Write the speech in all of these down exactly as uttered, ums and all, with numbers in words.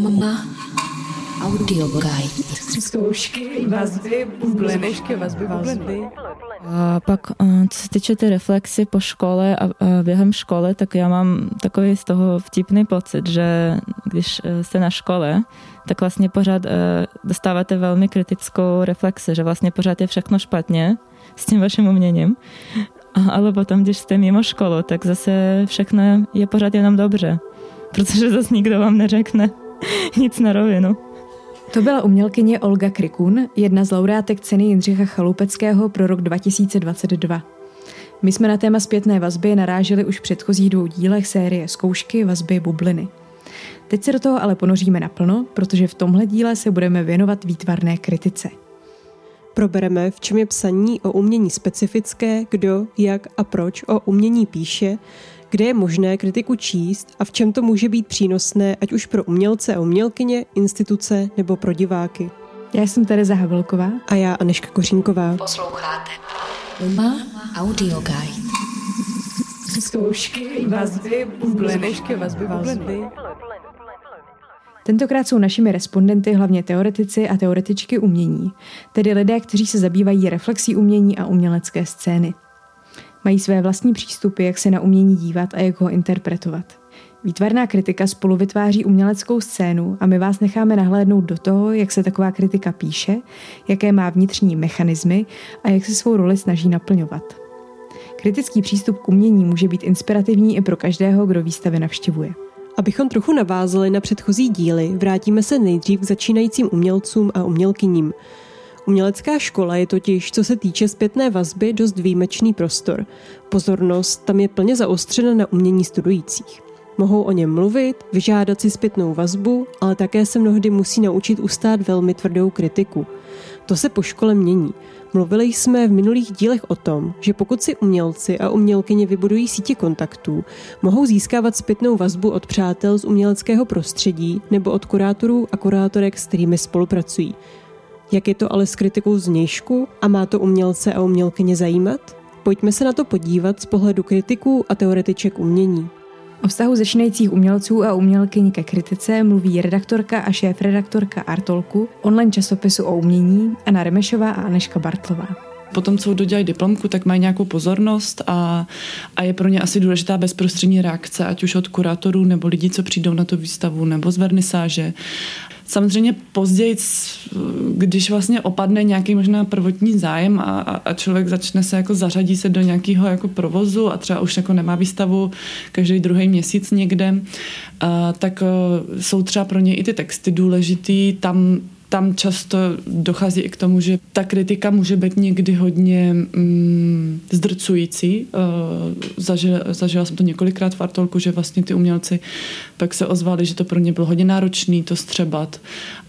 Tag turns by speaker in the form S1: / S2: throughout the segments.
S1: Umma Audio Guide.
S2: Zkoušky, vazby, bubliny, vazby, bubliny.
S3: A pak, co se týče té reflexy po škole a během školy, tak já mám takový z toho vtipný pocit, že když jste na škole, tak vlastně pořád dostáváte velmi kritickou reflexi, že vlastně pořád je všechno špatně s tím vaším uměním. Ale potom, když jste mimo školu, tak zase všechno je pořád jenom dobře, protože zase nikdo vám neřekne nic na rovinu.
S2: To byla umělkyně Olga Krikun, jedna z laureátek ceny Jindřicha Chaloupeckého pro rok dva tisíce dvacet dva. My jsme na téma zpětné vazby naráželi už v předchozích dvou dílech série Zkoušky, vazby, bubliny. Teď se do toho ale ponoříme naplno, protože v tomhle díle se budeme věnovat výtvarné kritice.
S4: Probereme, v čem je psaní o umění specifické, kdo, jak a proč o umění píše, kde je možné kritiku číst a v čem to může být přínosné, ať už pro umělce a umělkyně, instituce nebo pro diváky.
S2: Já jsem Tereza Havelková.
S4: A já Anežka Kořínková.
S1: Posloucháte Umma Audio Guide.
S2: Zkoušky, vazby, bubliny, vazby, bubliny. Tentokrát jsou našimi respondenty hlavně teoretici a teoretičky umění, tedy lidé, kteří se zabývají reflexí umění a umělecké scény. Mají své vlastní přístupy, jak se na umění dívat a jak ho interpretovat. Výtvarná kritika spolu vytváří uměleckou scénu a my vás necháme nahlédnout do toho, jak se taková kritika píše, jaké má vnitřní mechanismy a jak se svou roli snaží naplňovat. Kritický přístup k umění může být inspirativní i pro každého, kdo výstavy navštěvuje.
S4: Abychom trochu navázali na předchozí díly, vrátíme se nejdřív k začínajícím umělcům a umělkyním. Umělecká škola je totiž, co se týče zpětné vazby, dost výjimečný prostor. Pozornost tam je plně zaostřena na umění studujících. Mohou o něm mluvit, vyžádat si zpětnou vazbu, ale také se mnohdy musí naučit ustát velmi tvrdou kritiku. To se po škole mění. Mluvili jsme v minulých dílech o tom, že pokud si umělci a umělkyně vybudují sítě kontaktů, mohou získávat zpětnou vazbu od přátel z uměleckého prostředí nebo od kurátorů a kurátorek, s kterými spolupracují. Jak je to ale s kritikou zvnějšku a má to umělce a umělkyně zajímat? Pojďme se na to podívat z pohledu kritiků a teoretiček umění.
S2: O vztahu začínajících umělců a umělkyň ke kritice mluví redaktorka a šéfredaktorka Artolku, online časopisu o umění, Anna Remešová a Anežka Bartlová.
S5: Potom, co dodělají diplomku, tak mají nějakou pozornost a, a je pro ně asi důležitá bezprostřední reakce, ať už od kurátorů nebo lidí, co přijdou na tu výstavu, nebo z vernisáže. Samozřejmě později, když vlastně opadne nějaký možná prvotní zájem a, a člověk začne se jako zařadí se do nějakého jako provozu a třeba už jako nemá výstavu každý druhý měsíc někde, a, tak jsou třeba pro ně i ty texty důležitý. Tam Tam často dochází i k tomu, že ta kritika může být někdy hodně mm, zdrcující. Zažila, zažila jsem to několikrát v Artolku, že vlastně ty umělci pak se ozvali, že to pro ně bylo hodně náročný to střebat.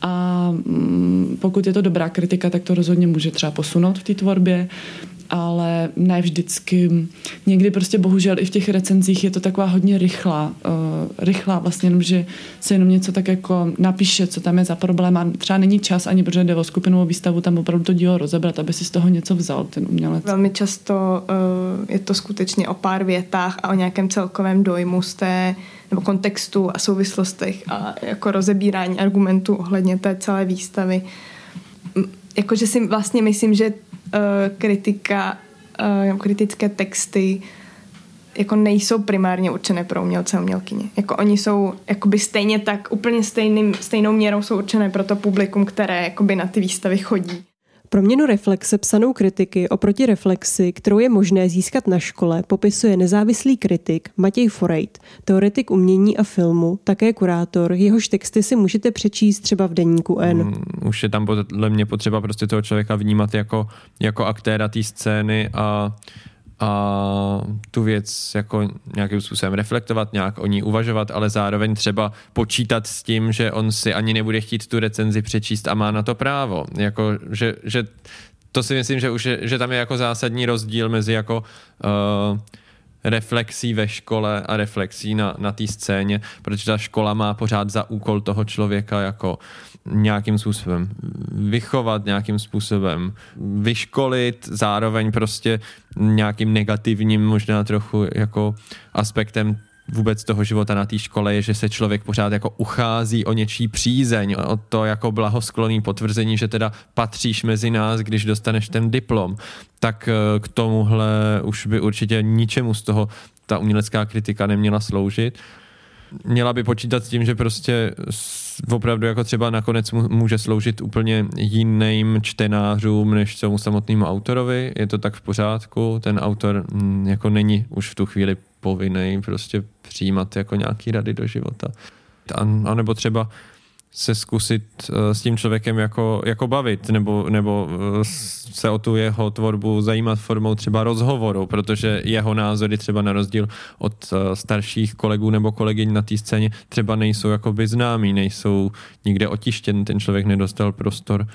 S5: A mm, pokud je to dobrá kritika, tak to rozhodně může třeba posunout v té tvorbě, ale ne vždycky. Někdy prostě bohužel i v těch recenzích je to taková hodně rychlá. Uh, rychlá vlastně jenom, že se jenom něco tak jako napíše, co tam je za problém a třeba není čas ani, protože jde o skupinovou výstavu, tam opravdu to dílo rozebrat, aby si z toho něco vzal ten umělec.
S6: Velmi často uh, je to skutečně o pár větách a o nějakém celkovém dojmu z té nebo kontextu a souvislostech a jako rozebírání argumentů ohledně té celé výstavy. Jakože si vlastně myslím, že kritika, kritické texty jako nejsou primárně určené pro umělce a umělkyně. Jako oni jsou jakoby stejně tak, úplně stejným, stejnou měrou jsou určené pro to publikum, které jakoby na ty výstavy chodí.
S4: Proměnu reflexe psanou kritiky oproti reflexi, kterou je možné získat na škole, popisuje nezávislý kritik Matěj Forejt, teoretik umění a filmu, také kurátor, jehož texty si můžete přečíst třeba v deníku N.
S7: Hmm, už je tam podle mě potřeba prostě toho člověka vnímat jako, jako aktéra té scény a a tu věc jako nějakým způsobem reflektovat, nějak o ní uvažovat, ale zároveň třeba počítat s tím, že on si ani nebude chtít tu recenzi přečíst a má na to právo. Jako, že, že to si myslím, že už je, že tam je jako zásadní rozdíl mezi jako uh, reflexí ve škole a reflexí na, na té scéně, protože ta škola má pořád za úkol toho člověka jako nějakým způsobem vychovat, nějakým způsobem vyškolit, zároveň prostě nějakým negativním možná trochu jako aspektem vůbec toho života na té škole je, že se člověk pořád jako uchází o něčí přízeň, o to jako blahoskloný potvrzení, že teda patříš mezi nás, když dostaneš ten diplom, tak k tomuhle už by určitě ničemu z toho ta umělecká kritika neměla sloužit. Měla by počítat s tím, že prostě opravdu jako třeba nakonec může sloužit úplně jiným čtenářům, než tomu samotnému autorovi. Je to tak v pořádku. Ten autor jako není už v tu chvíli povinný prostě přijímat jako nějaký rady do života. A, a nebo třeba se zkusit s tím člověkem jako, jako bavit, nebo, nebo se o tu jeho tvorbu zajímat formou třeba rozhovoru, protože jeho názory třeba na rozdíl od starších kolegů nebo kolegyň na té scéně třeba nejsou jakoby známí, nejsou nikde otištěn, ten člověk nedostal prostor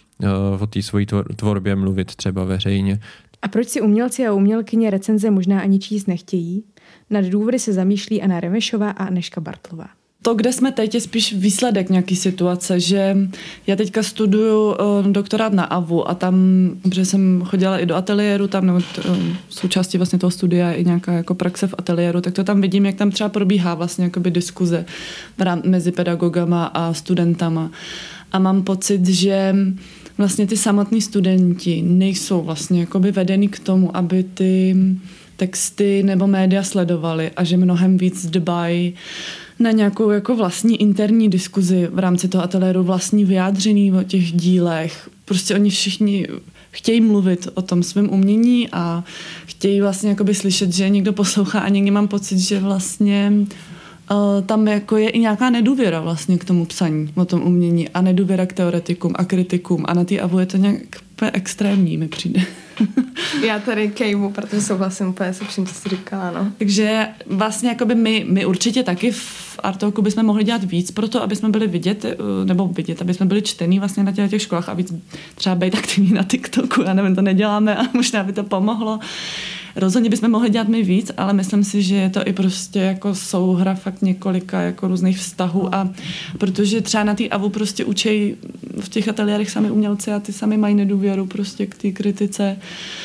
S7: o té svojí tvorbě mluvit třeba veřejně.
S2: A proč si umělci a umělkyně recenze možná ani číst nechtějí? Nad důvody se zamýšlí Anna Remešová a Anežka Bartlová.
S5: To, kde jsme teď, je spíš výsledek nějaký situace, že já teďka studuju uh, doktorát na A V U a tam, protože jsem chodila i do ateliéru, tam nebo t, uh, součástí vlastně toho studia i nějaká jako praxe v ateliéru, tak to tam vidím, jak tam třeba probíhá vlastně jakoby diskuze mezi pedagogama a studentama. A mám pocit, že vlastně ty samotní studenti nejsou vlastně jakoby vedeni k tomu, aby ty texty nebo média sledovali a že mnohem víc dbají na nějakou jako vlastní interní diskuzi v rámci toho ateliéru, vlastní vyjádření o těch dílech. Prostě oni všichni chtějí mluvit o tom svém umění a chtějí vlastně jakoby slyšet, že někdo poslouchá a někdy mám pocit, že vlastně uh, tam jako je i nějaká nedůvěra vlastně k tomu psaní o tom umění a nedůvěra k teoretikům a kritikům a na té A V U je to nějak extrémní, mi přijde.
S6: Já tady kejvu, protože souhlasím úplně se vším, co jsi říkala, no.
S5: Takže vlastně jakoby my, my určitě taky v Artalku bychom mohli dělat víc pro to, aby jsme byli vidět, nebo vidět, aby jsme byli čtení vlastně na těch, těch školách a víc třeba být aktivní na TikToku, já nevím, to neděláme a možná by to pomohlo. Rozhodně bychom mohli dělat my víc, ale myslím si, že je to i prostě jako souhra fakt několika jako různých vztahů a protože třeba na té A V U prostě učí v těch ateliérech sami umělci a ty sami mají nedůvěru prostě k té kritice,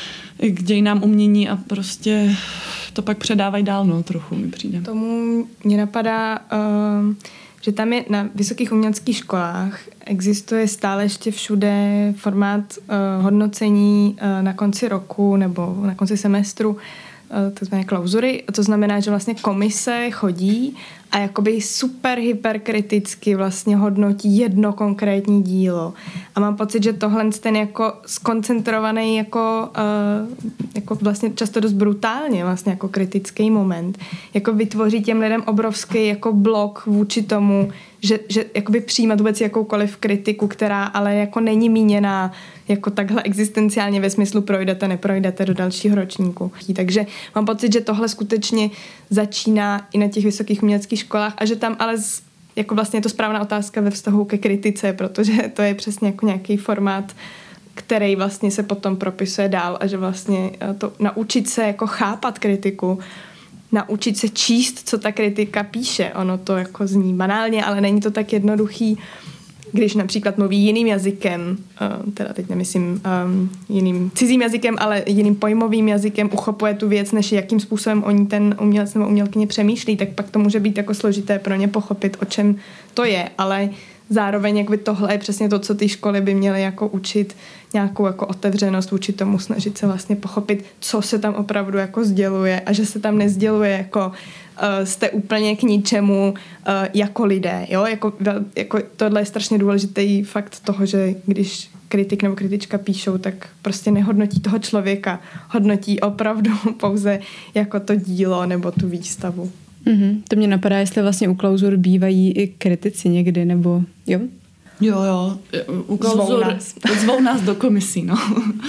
S5: k dějinám umění a prostě to pak předávají dál, no, trochu mi přijde.
S6: Tomu mě napadá, uh, že tam je na vysokých uměleckých školách existuje stále ještě všude formát uh, hodnocení uh, na konci roku nebo na konci semestru, uh, takzvané klauzury. To znamená, že vlastně komise chodí a jakoby super hyperkriticky vlastně hodnotí jedno konkrétní dílo. A mám pocit, že tohle ten jako skoncentrovaný jako, uh, jako vlastně často dost brutálně vlastně jako kritický moment. Jako vytvoří těm lidem obrovský jako blok vůči tomu, že, že jakoby přijímat vůbec jakoukoliv kritiku, která ale jako není míněná jako takhle existenciálně ve smyslu projdete, neprojdete do dalšího ročníku. Takže mám pocit, že tohle skutečně začíná i na těch vysokých uměleckých školách a že tam ale z, jako vlastně je to správná otázka ve vztahu ke kritice, protože to je přesně jako nějaký formát, který vlastně se potom propisuje dál a že vlastně to naučit se jako chápat kritiku, naučit se číst, co ta kritika píše. Ono to jako zní banálně, ale není to tak jednoduchý, když například mluví jiným jazykem, teda teď nemyslím um, jiným cizím jazykem, ale jiným pojmovým jazykem, uchopuje tu věc, než jakým způsobem oni ten umělec nebo umělkyně přemýšlí, tak pak to může být jako složité pro ně pochopit, o čem to je, ale zároveň jakby tohle je přesně to, co ty školy by měly jako učit, nějakou jako otevřenost vůči tomu, snažit se vlastně pochopit, co se tam opravdu jako sděluje a že se tam nezděluje jako uh, jste úplně k ničemu uh, jako lidé, jo, jako, jako tohle je strašně důležitý fakt toho, že když kritik nebo kritička píšou, tak prostě nehodnotí toho člověka, hodnotí opravdu pouze jako to dílo nebo tu výstavu.
S2: Mm-hmm. To mě napadá, jestli vlastně u klauzur bývají i kritici někdy, nebo jo?
S5: Jo, jo. U klauzur zvou nás, zvou nás do komisí, no.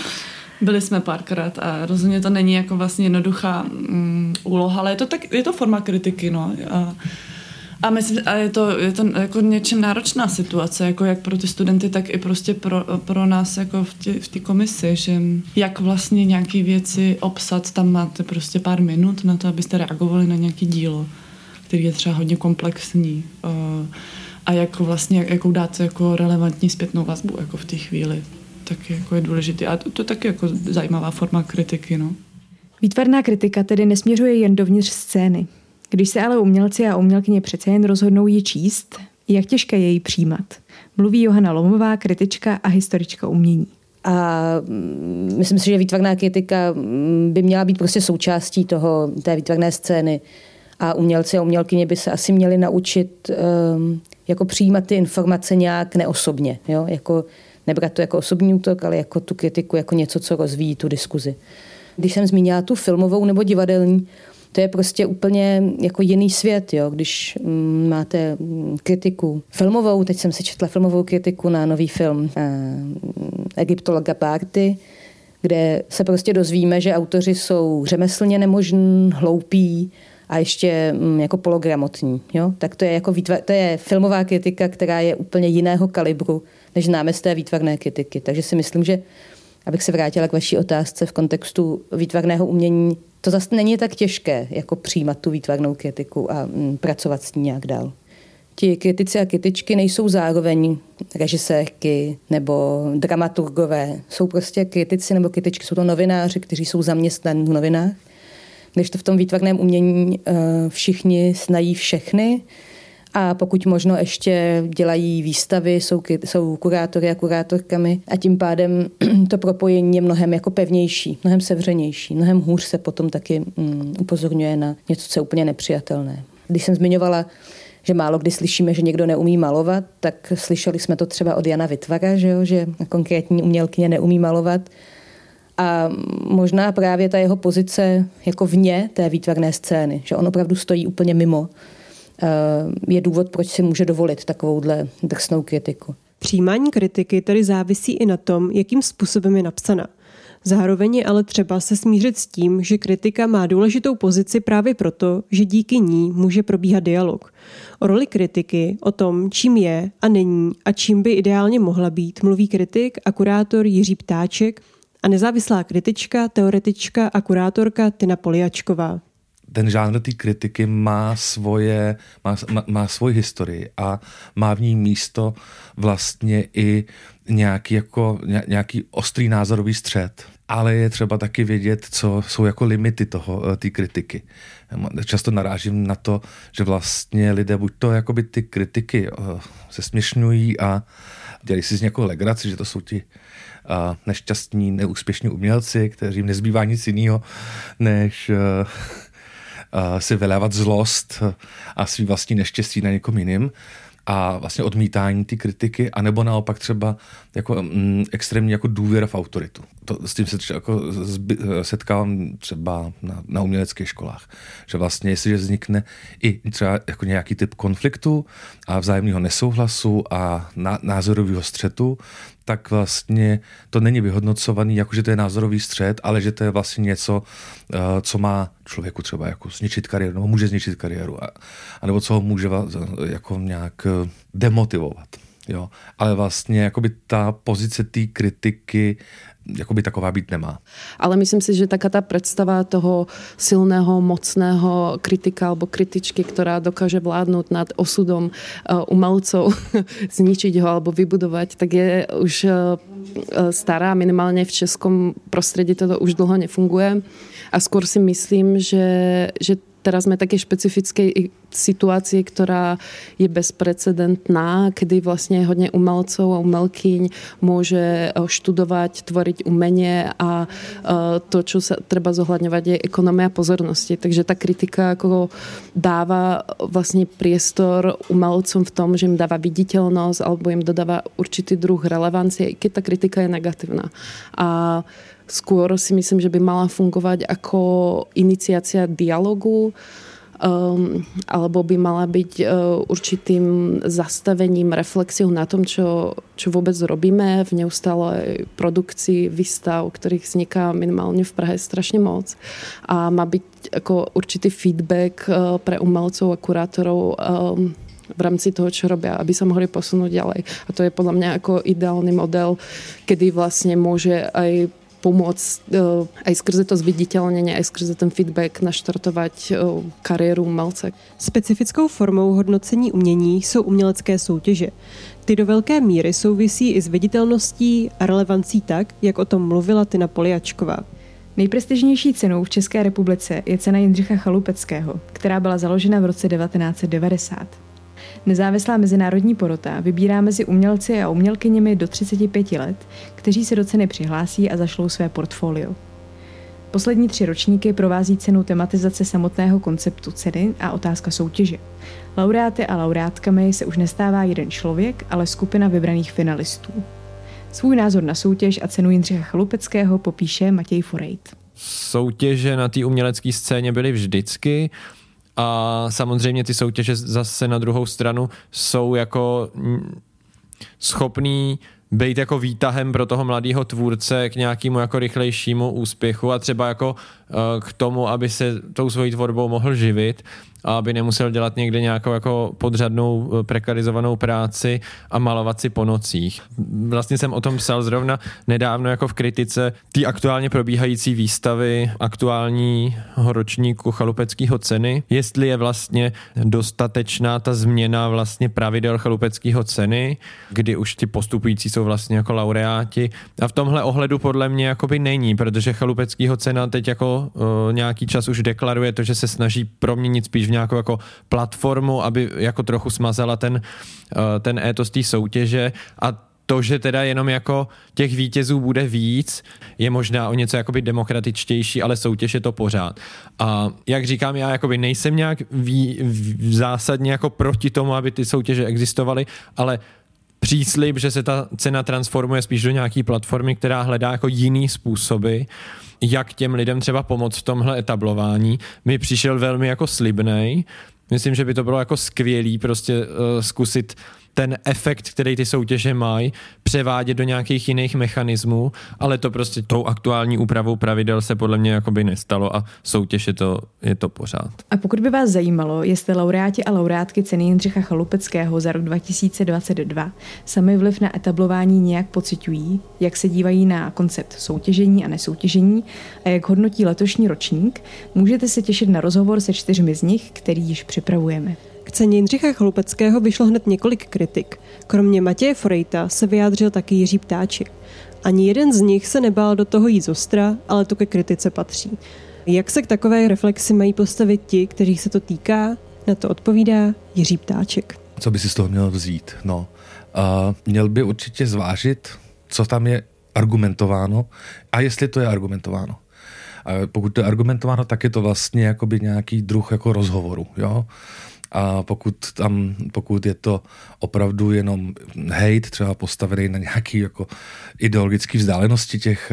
S5: Byli jsme párkrát a rozhodně to není jako vlastně jednoduchá um, úloha, ale je to, tak, je to forma kritiky, no. A, a myslím, a je to, je to jako něčem náročná situace, jako jak pro ty studenty, tak i prostě pro, pro nás jako v té v komisi, že jak vlastně nějaké věci obsat, tam máte prostě pár minut na to, abyste reagovali na nějaké dílo, který je třeba hodně komplexní a jak vlastně, jakou dát jako relevantní zpětnou vazbu jako v té chvíli, tak jako je důležité. A to, to je taky jako zajímavá forma kritiky, no.
S2: Výtvarná kritika tedy nesměřuje jen dovnitř scény. Když se ale umělci a umělkyně přece jen rozhodnou ji číst, jak těžké je ji přijímat? Mluví Johana Lomová, kritička a historička umění.
S8: A myslím si, že výtvarná kritika by měla být prostě součástí toho, té výtvarné scény. A umělci a umělkyně by se asi měli naučit um, jako přijímat ty informace nějak neosobně. Jo? Jako, nebrat to jako osobní útok, ale jako tu kritiku, jako něco, co rozvíjí tu diskuzi. Když jsem zmínila tu filmovou nebo divadelní, to je prostě úplně jako jiný svět, jo? Když mm, máte kritiku filmovou, teď jsem si četla filmovou kritiku na nový film eh, Egyptologa Party, kde se prostě dozvíme, že autoři jsou řemeslně nemožní, hloupí a ještě mm, jako pologramotní. Jo? Tak to je, jako výtvar, to je filmová kritika, která je úplně jiného kalibru, než známe z té výtvarné kritiky. Takže si myslím, že abych se vrátila k vaší otázce v kontextu výtvarného umění, to zase není tak těžké, jako přijímat tu výtvarnou kritiku a mm, pracovat s ní nějak dál. Ti kritici a kritičky nejsou zároveň režisérky nebo dramaturgové. Jsou prostě kritici nebo kritičky, jsou to novináři, kteří jsou zaměstnaní v novinách. Když to v tom výtvarném umění uh, všichni znají všechny a pokud možno ještě dělají výstavy, jsou, jsou kurátory a kurátorkami a tím pádem to propojení je mnohem jako pevnější, mnohem sevřenější, mnohem hůř se potom taky um, upozorňuje na něco, co je úplně nepřijatelné. Když jsem zmiňovala, že málo kdy slyšíme, že někdo neumí malovat, tak slyšeli jsme to třeba od Jana Vitvara, že, jo, že konkrétní umělkyně neumí malovat. A možná právě ta jeho pozice jako vně té výtvarné scény, že on opravdu stojí úplně mimo, je důvod, proč si může dovolit takovouhle drsnou kritiku.
S4: Přijímání kritiky tedy závisí i na tom, jakým způsobem je napsaná. Zároveň je ale třeba se smířit s tím, že kritika má důležitou pozici právě proto, že díky ní může probíhat dialog. O roli kritiky, o tom, čím je a není a čím by ideálně mohla být, mluví kritik a kurátor Jiří Ptáček a nezávislá kritička, teoretička a kurátorka Tina Poljačková.
S9: Ten žánr té kritiky má svoje, má, má, má svoji historii a má v ní místo vlastně i nějaký, jako, nějaký ostrý názorový střet. Ale je třeba taky vědět, co jsou jako limity toho, té kritiky. Často narážím na to, že vlastně lidé buď to jakoby ty kritiky se směšňují a dělají si z nějakou legraci, že to jsou ti uh, nešťastní, neúspěšní umělci, kteří nezbývá nic jiného, než uh, uh, si vylévat zlost a svý vlastní neštěstí na někom jiným a vlastně odmítání ty kritiky, anebo naopak třeba jako mm, extrémní jako důvěra v autoritu. To, s tím se třeba jako zby, setkávám třeba na, na uměleckých školách, že vlastně jestliže vznikne i třeba jako nějaký typ konfliktu a vzájemného nesouhlasu a ná, názorového střetu, tak vlastně to není vyhodnocovaný, jako že to je názorový střet, ale že to je vlastně něco, co má člověku třeba jako zničit kariéru, nebo může zničit kariéru, a, a nebo co ho může jako nějak demotivovat. Jo? Ale vlastně jakoby ta pozice té kritiky jakoby taková být nemá.
S10: Ale myslím si, že taká tá predstava toho silného, mocného kritika alebo kritičky, ktorá dokáže vládnuť nad osudom umelcov, zničiť ho alebo vybudovať, tak je už stará, minimálne v českom prostredí to už dlho nefunguje. A skôr si myslím, že, že teraz sme také špecifickej situácii, ktorá je bezprecedentná, kedy vlastne hodne umelcov a umelkyň môže študovať, tvoriť umenie a to, čo sa treba zohľadňovať, je ekonomia pozornosti. Takže tá kritika ako dáva vlastne priestor umelcom v tom, že im dáva viditeľnosť alebo im dodáva určitý druh relevancie, keď tá kritika je negatívna. A skôr si myslím, že by mala fungovať ako iniciácia dialogu, um, alebo by mala byť uh, určitým zastavením, reflexiou na tom, čo, čo vôbec robíme v neustálej produkcii výstav, ktorých vzniká minimálne v Prahe strašne moc. A má byť ako určitý feedback uh, pre umelcov a kurátorov um, v rámci toho, čo robia, aby sa mohli posunúť ďalej. A to je podľa mňa ako ideálny model, kedy vlastne môže aj pomôcť aj skrze to zviditeľnenie, aj skrze ten feedback naštartovať kariéru umělce.
S4: Specifickou formou hodnocení umění jsou umělecké soutěže. Ty do velké míry souvisí i s viditelností a relevancí tak, jak o tom mluvila Tina Poljačková.
S2: Nejprestižnější cenou v České republice je cena Jindřicha Chalupeckého, která byla založena v roce devatenáct set devadesát. Nezávislá mezinárodní porota vybírá mezi umělci a umělkyněmi do třicet pět let, kteří se do ceny přihlásí a zašlou své portfolio. Poslední tři ročníky provází cenu tematizace samotného konceptu ceny a otázka soutěže. Laureáty a laureátkami se už nestává jeden člověk, ale skupina vybraných finalistů. Svůj názor na soutěž a cenu Jindřicha Chalupeckého popíše Matěj Forejt.
S7: Soutěže na té umělecké scéně byly vždycky a samozřejmě ty soutěže zase na druhou stranu jsou jako schopný být jako výtahem pro toho mladého tvůrce k nějakému jako rychlejšímu úspěchu a třeba jako k tomu, aby se tou svojí tvorbou mohl živit a aby nemusel dělat někde nějakou jako podřadnou prekarizovanou práci a malovat si po nocích. Vlastně jsem o tom psal zrovna nedávno jako v kritice té aktuálně probíhající výstavy aktuálního ročníku Chalupeckého ceny, jestli je vlastně dostatečná ta změna vlastně pravidel Chalupeckého ceny, kdy už ti postupující jsou vlastně jako laureáti. A v tomhle ohledu podle mě jakoby není, protože Chalupeckého cena teď jako uh, nějaký čas už deklaruje to, že se snaží proměnit spíš v nějakou jako platformu, aby jako trochu smazala ten, uh, ten étos té soutěže a to, že teda jenom jako těch vítězů bude víc, je možná o něco jakoby demokratičtější, ale soutěž je to pořád. A jak říkám, já jakoby nejsem nějak ví, v, zásadně jako proti tomu, aby ty soutěže existovaly, ale příslib, že se ta cena transformuje spíš do nějaký platformy, která hledá jako jiný způsoby, jak těm lidem třeba pomoct v tomhle etablování, mi přišel velmi jako slibnej. Myslím, že by to bylo jako skvělý prostě uh, zkusit ten efekt, který ty soutěže mají, převádět do nějakých jiných mechanismů, ale to prostě tou aktuální úpravou pravidel se podle mě jakoby nestalo a soutěž je to, je to pořád.
S2: A pokud by vás zajímalo, jestli laureáti a laureátky ceny Jindřicha Chalupeckého za rok dva tisíce dvacet dva sami vliv na etablování nějak pociťují, jak se dívají na koncept soutěžení a nesoutěžení a jak hodnotí letošní ročník, můžete se těšit na rozhovor se čtyřmi z nich, který již připravujeme.
S4: K ceně Jindřicha Chalupeckého vyšlo hned několik kritik. Kromě Matěje Forejta se vyjádřil taky Jiří Ptáček. Ani jeden z nich se nebál do toho jít zostra, ale to ke kritice patří. Jak se k takové reflexi mají postavit ti, kterých se to týká? Na to odpovídá Jiří Ptáček.
S9: Co by si z toho měl vzít? No, uh, měl by určitě zvážit, co tam je argumentováno a jestli to je argumentováno. A pokud to je argumentováno, tak je to vlastně jakoby nějaký druh jako rozhovoru, jo? A pokud tam, pokud je to opravdu jenom hejt, třeba postavený na nějaký jako ideologický vzdálenosti těch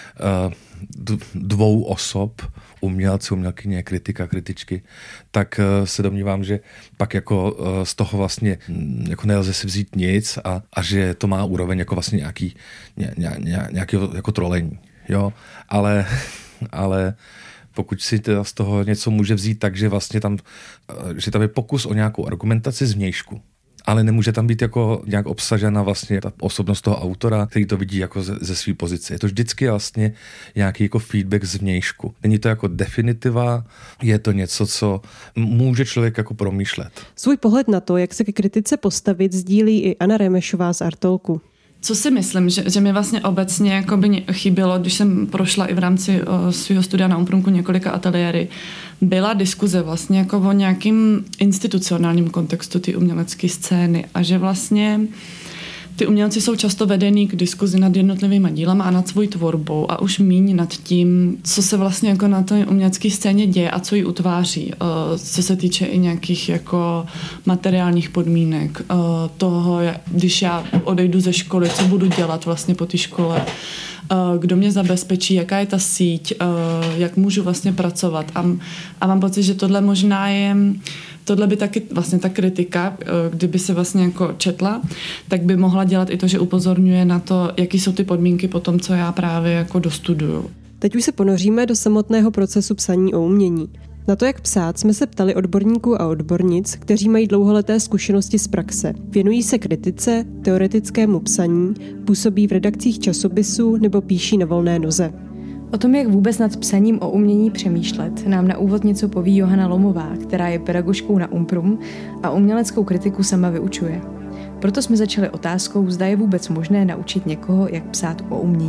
S9: uh, dvou osob, umělci, umělkyně, kritika, kritičky, tak uh, se domnívám, že pak jako uh, z toho vlastně um, jako nelze si vzít nic a, a že to má úroveň jako vlastně nějaký, ně, ně, ně, nějaký jako trolení, jo, ale, ale pokud si teda z toho něco může vzít, takže vlastně tam, že tam je pokus o nějakou argumentaci zvnějšku. Ale nemůže tam být jako nějak obsažena vlastně ta osobnost toho autora, který to vidí jako ze, ze své pozice. Je to vždycky vlastně nějaký jako feedback zvnějšku. Není to jako definitiva, je to něco, co může člověk jako promýšlet.
S4: Svůj pohled na to, jak se ke kritice postavit, sdílí i Anna Remešová z Artolku.
S5: Co si myslím, že, že mi vlastně obecně jakoby chybělo, když jsem prošla i v rámci o, svého studia na Umprumku několika ateliéry, byla diskuze vlastně jako o nějakým institucionálním kontextu ty umělecké scény a že vlastně ty umělci jsou často vedený k diskuzi nad jednotlivými dílama a nad svou tvorbou a už míň nad tím, co se vlastně jako na té umělecké scéně děje a co ji utváří, co se týče i nějakých jako materiálních podmínek, toho, když já odejdu ze školy, co budu dělat vlastně po té škole, kdo mě zabezpečí, jaká je ta síť, jak můžu vlastně pracovat. A, a mám pocit, že tohle možná je tohle by taky vlastně ta kritika, kdyby se vlastně jako četla, tak by mohla dělat i to, že upozorňuje na to, jaký jsou ty podmínky po tom, co já právě jako dostuduju.
S4: Teď už se ponoříme do samotného procesu psaní o umění. Na to, jak psát, jsme se ptali odborníků a odbornic, kteří mají dlouholeté zkušenosti z praxe. Věnují se kritice, teoretickému psaní, působí v redakcích časopisů nebo píší na volné noze.
S2: O tom, jak vůbec nad psaním o umění přemýšlet, nám na úvod něco poví Johana Lomová, která je pedagožkou na Umprum a uměleckou kritiku sama vyučuje. Proto jsme začali otázkou, zda je vůbec možné naučit někoho, jak psát o umění.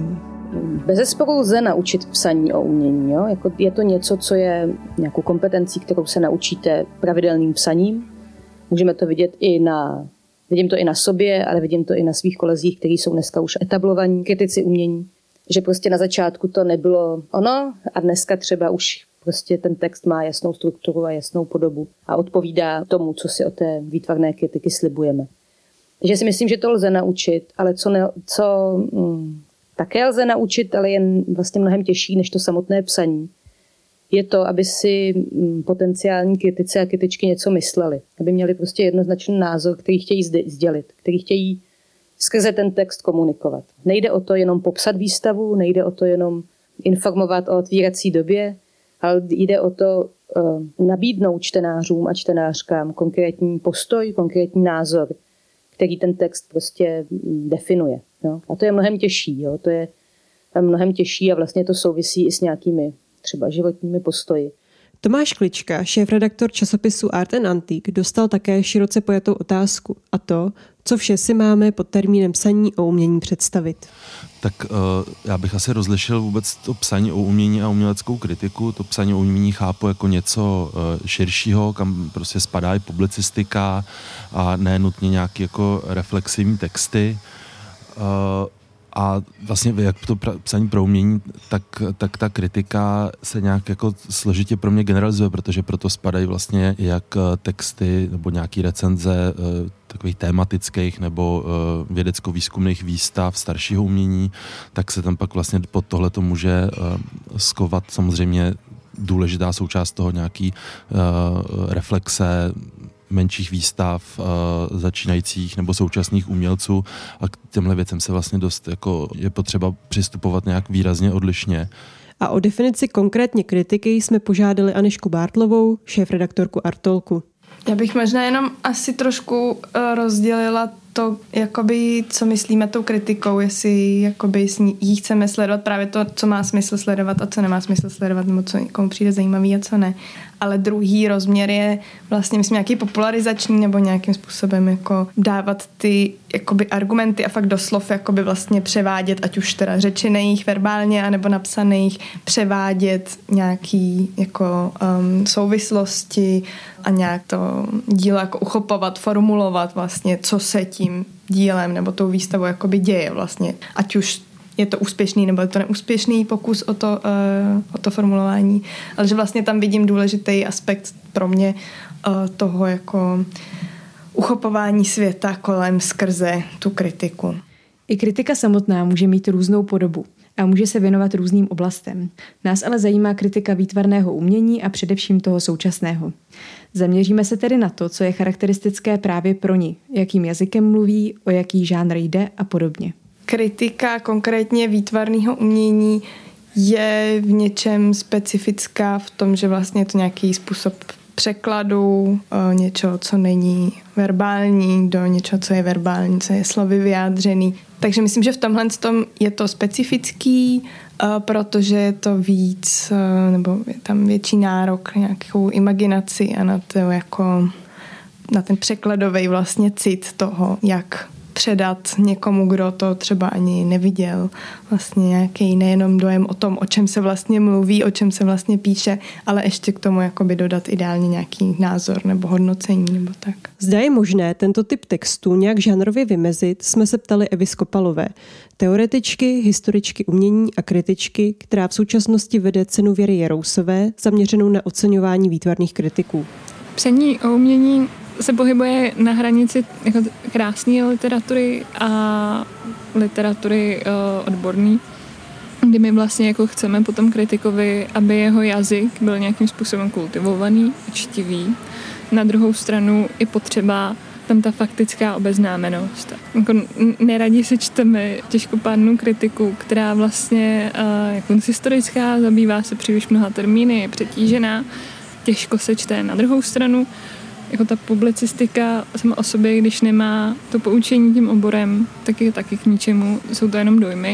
S8: Bezesporu lze naučit psaní o umění. Jo? Jako je to něco, co je nějakou kompetencí, kterou se naučíte pravidelným psaním. Můžeme to vidět i na, vidím to i na sobě, ale vidím to i na svých kolezích, kteří jsou dneska už etablovaní kritici umění. Že prostě na začátku to nebylo ono a dneska třeba už prostě ten text má jasnou strukturu a jasnou podobu a odpovídá tomu, co si od té výtvarné kritiky slibujeme. Takže si myslím, že to lze naučit, ale co, ne, co mm, také lze naučit, ale je vlastně mnohem těžší než to samotné psaní, je to, aby si mm, potenciální kritici a kritičky něco mysleli. Aby měli prostě jednoznačný názor, který chtějí sdělit, který chtějí skrze ten text komunikovat. Nejde o to jenom popsat výstavu, nejde o to jenom informovat o otvírací době, ale jde o to uh, nabídnout čtenářům a čtenářkám konkrétní postoj, konkrétní názor, který ten text prostě definuje. Jo? A to je mnohem těžší. Jo? To je mnohem těžší a vlastně to souvisí i s nějakými třeba životními postoji.
S4: Tomáš Klička, šéfredaktor časopisu Art and Antique, dostal také široce pojatou otázku, a to, co vše si máme pod termínem psaní o umění představit.
S11: Tak uh, já bych asi rozlišil vůbec to psaní o umění a uměleckou kritiku. To psaní o umění chápu jako něco uh, širšího, kam prostě spadá i publicistika a ne nutně nějaké jako reflexivní texty. Uh, A vlastně jak to psaní pro umění, tak, tak ta kritika se nějak jako složitě pro mě generalizuje, protože proto spadají vlastně jak texty nebo nějaký recenze takových tématických nebo vědecko-výzkumných výstav staršího umění, tak se tam pak vlastně pod tohle to může skovat samozřejmě důležitá součást toho nějaký reflexe menších výstav, uh, začínajících nebo současných umělců a k těmhle věcem se vlastně dost jako je potřeba přistupovat nějak výrazně odlišně.
S4: A o definici konkrétně kritiky jsme požádali Anežku Bártlovou, šéfredaktorku Artolku.
S6: Já bych možná jenom asi trošku uh, rozdělila to, jakoby, co myslíme tou kritikou, jestli jakoby jí chceme sledovat právě to, co má smysl sledovat a co nemá smysl sledovat, nebo co někomu přijde zajímavý a co ne. Ale druhý rozměr je vlastně, myslím, nějaký popularizační nebo nějakým způsobem jako dávat ty jakoby argumenty a fakt doslov jakoby vlastně převádět, ať už teda řečených verbálně anebo napsaných, převádět nějaký jako um, souvislosti a nějak to dílo jako uchopovat, formulovat vlastně, co se tím dílem nebo tou výstavou jakoby děje vlastně. Ať už je to úspěšný nebo je to neúspěšný pokus o to, uh, o to formulování. Ale že vlastně tam vidím důležitý aspekt pro mě uh, toho jako uchopování světa kolem skrze tu kritiku.
S2: I kritika samotná může mít různou podobu a může se věnovat různým oblastem. Nás ale zajímá kritika výtvarného umění a především toho současného. Zaměříme se tedy na to, co je charakteristické právě pro ní, jakým jazykem mluví, o jaký žánr jde a podobně.
S6: Kritika konkrétně výtvarného umění je v něčem specifická v tom, že vlastně je to nějaký způsob překladu něčeho, co není verbální, do něčeho, co je verbální, co je slovy vyjádřený. Takže myslím, že v tomhle tom je to specifický, protože je to víc, nebo je tam větší nárok na nějakou imaginaci a na to jako na ten překladový vlastně cit toho, jak předat někomu, kdo to třeba ani neviděl. Vlastně nějaký nejenom dojem o tom, o čem se vlastně mluví, o čem se vlastně píše, ale ještě k tomu jakoby dodat ideálně nějaký názor nebo hodnocení nebo tak.
S4: Zda je možné tento typ textu nějak žánrově vymezit, jsme se ptali Evy Skopalové, teoretičky, historičky umění a kritičky, která v současnosti vede cenu Věry Jerousové, zaměřenou na oceňování výtvarných kritiků.
S12: Psaní o umění se pohybuje na hranici jako krásné literatury a literatury uh, odborné, kdy my vlastně jako chceme potom kritikovi, aby jeho jazyk byl nějakým způsobem kultivovaný, čtivý. Na druhou stranu i potřeba tam ta faktická obeznámenost. Jako neradi si čteme těžkopádnou kritiku, která vlastně uh, jako historická, zabývá se příliš mnoha termíny, je přetížená, těžko se čte. Na druhou stranu jako ta publicistika sama o sobě, když nemá to poučení tím oborem, tak je taky k ničemu, jsou to jenom dojmy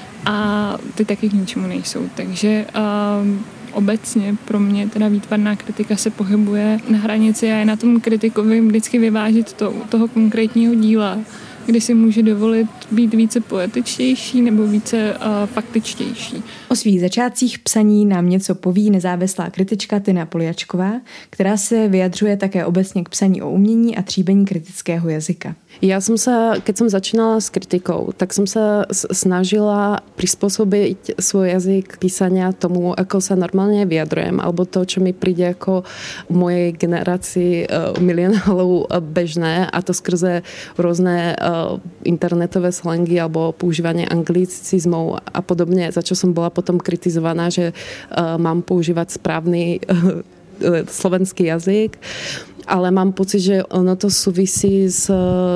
S12: a ty taky k ničemu nejsou. Takže uh, obecně pro mě teda výtvarná kritika se pohybuje na hranici a je na tom kritikovi vždycky vyvážit to, toho konkrétního díla, kdy si může dovolit být více poetičtější nebo více uh, faktičtější.
S2: O svých začátcích psaní nám něco poví nezávislá kritička Tina Poliačková, která se vyjadřuje také obecně k psaní o umění a tříbení kritického jazyka.
S10: Ja som sa, keď som začínala s kritikou, tak som sa snažila prispôsobiť svoj jazyk písania tomu, ako sa normálne vyjadrujem, alebo to, čo mi príde ako v mojej generácii uh, mileniálov bežné, a to skrze rôzne uh, internetové slangy alebo používanie anglicizmov a podobne, za čo som bola potom kritizovaná, že uh, mám používať správny uh, slovenský jazyk. Ale mám pocit, že ono to súvisí s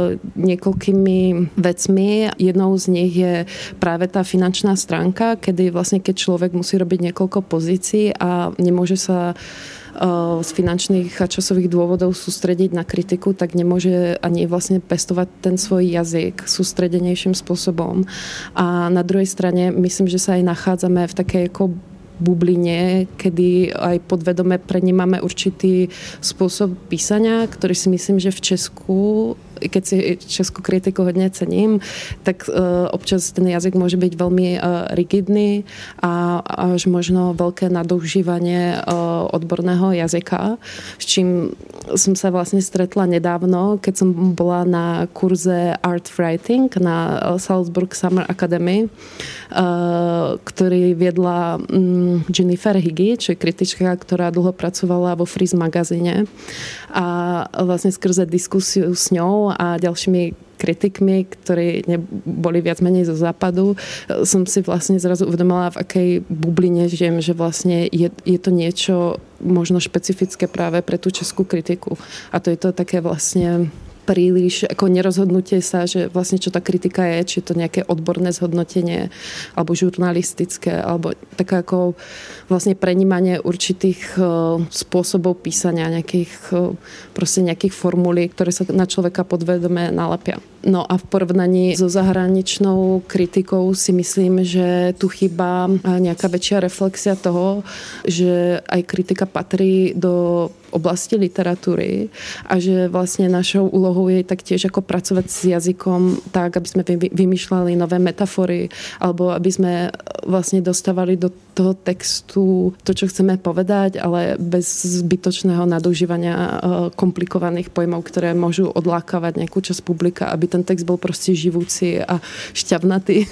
S10: niekoľkými vecmi. Jednou z nich je práve tá finančná stránka, kedy vlastne keď človek musí robiť niekoľko pozícií a nemôže sa z finančných a časových dôvodov sústrediť na kritiku, tak nemôže ani vlastne pestovať ten svoj jazyk sústredenejším spôsobom. A na druhej strane myslím, že sa aj nachádzame v takej ako bubline, kedy aj podvedome prenímame určitý spôsob písania, ktorý si myslím, že v Česku, keď si českú kritiku hodne cením, tak uh, občas ten jazyk môže byť veľmi uh, rigidný a až možno veľké nadužívanie uh, odborného jazyka, s čím som sa vlastne stretla nedávno, keď som bola na kurze Art Writing na Salzburg Summer Academy, uh, ktorý viedla um, Jennifer Higgy, čo je kritička, ktorá dlho pracovala vo Frieze magazíne, a vlastne skrze diskusiu s ňou a ďalšími kritikmi, ktorí boli viac menej zo západu, som si vlastne zrazu uvedomila, v akej bubline žijem, že vlastne je, je to niečo možno špecifické práve pre tú českú kritiku. A to je to také vlastne príliš ako nerozhodnutie sa, že vlastne čo tá kritika je, či to nejaké odborné zhodnotenie alebo žurnalistické, alebo také ako vlastne prenímanie určitých uh, spôsobov písania, nejakých uh, proste nejakých formulí, ktoré sa na človeka podvedome nalepia. No a v porovnaní so zahraničnou kritikou si myslím, že tu chýba nejaká väčšia reflexia toho, že aj kritika patrí do oblasti literatúry a že vlastne našou úlohou je taktiež ako pracovať s jazykom tak, aby sme vymýšľali nové metafory alebo aby sme vlastne dostávali do toho textu to, čo chceme povedať, ale bez zbytočného nadužívania komplikovaných pojmov, ktoré môžu odlákavať nejakú časť publika, aby ten text bol proste živúci a šťavnatý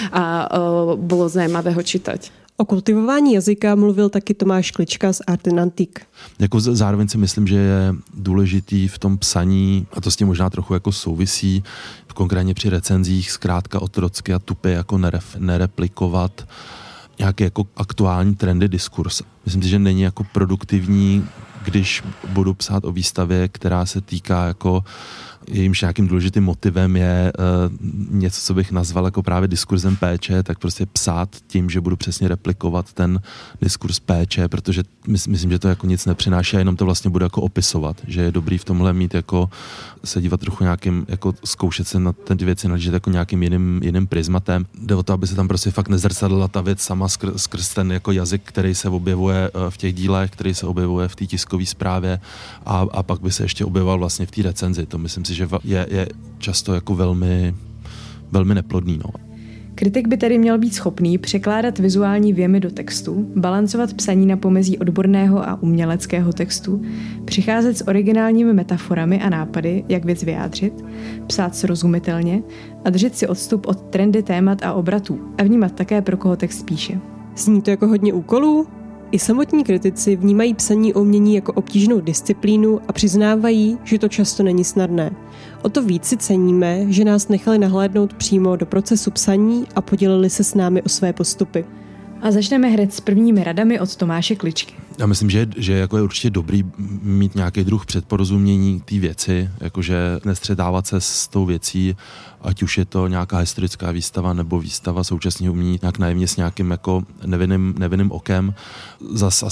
S10: a bolo zajímavé ho čítať.
S4: O kultivování jazyka mluvil taky Tomáš Klička z Art and Antique.
S11: Jako zároveň si myslím, že je důležitý v tom psaní, a to s tím možná trochu jako souvisí, konkrétně při recenzích zkrátka otrocky a tupě jako neref, nereplikovat nějaké jako aktuální trendy diskurs. Myslím si, že není jako produktivní, když budu psát o výstavě, která se týká jako jejímž nějakým důležitým motivem je uh, něco, co bych nazval jako právě diskurzem péče, tak prostě psát tím, že budu přesně replikovat ten diskurs péče, protože mys- myslím, že to jako nic nepřináší a jenom to vlastně budu jako opisovat, že je dobrý v tomhle mít jako se dívat trochu nějakým, jako zkoušet se na ty věci nahlížet jako nějakým jiným, jiným prismatem. Jde o to, aby se tam prostě fakt nezrcadlila ta věc sama skr- skrz ten jako jazyk, který se objevuje v těch dílech, který se objevuje v té tiskové zprávě a, a pak by se ještě objevoval vlastně v té recenzi. To myslím si, že je, je často jako velmi, velmi neplodný. No.
S2: Kritik by tedy měl být schopný překládat vizuální věmy do textu, balancovat psaní na pomezí odborného a uměleckého textu, přicházet s originálními metaforami a nápady, jak věc vyjádřit, psát srozumitelně a držet si odstup od trendy témat a obratů a vnímat také, pro koho text píše.
S4: Zní to jako hodně úkolů? I samotní kritici vnímají psaní o umění jako obtížnou disciplínu a přiznávají, že to často není snadné. O to víc si ceníme, že nás nechali nahlédnout přímo do procesu psaní a podělili se s námi o své postupy.
S2: A začneme hned s prvními radami od Tomáše Kličky.
S11: Já myslím, že, že jako je určitě dobrý mít nějaký druh předporozumění té věci, jakože nestřetávat se s tou věcí, ať už je to nějaká historická výstava nebo výstava současného umění, nějak naivně s nějakým jako nevinným, nevinným okem. Zas asi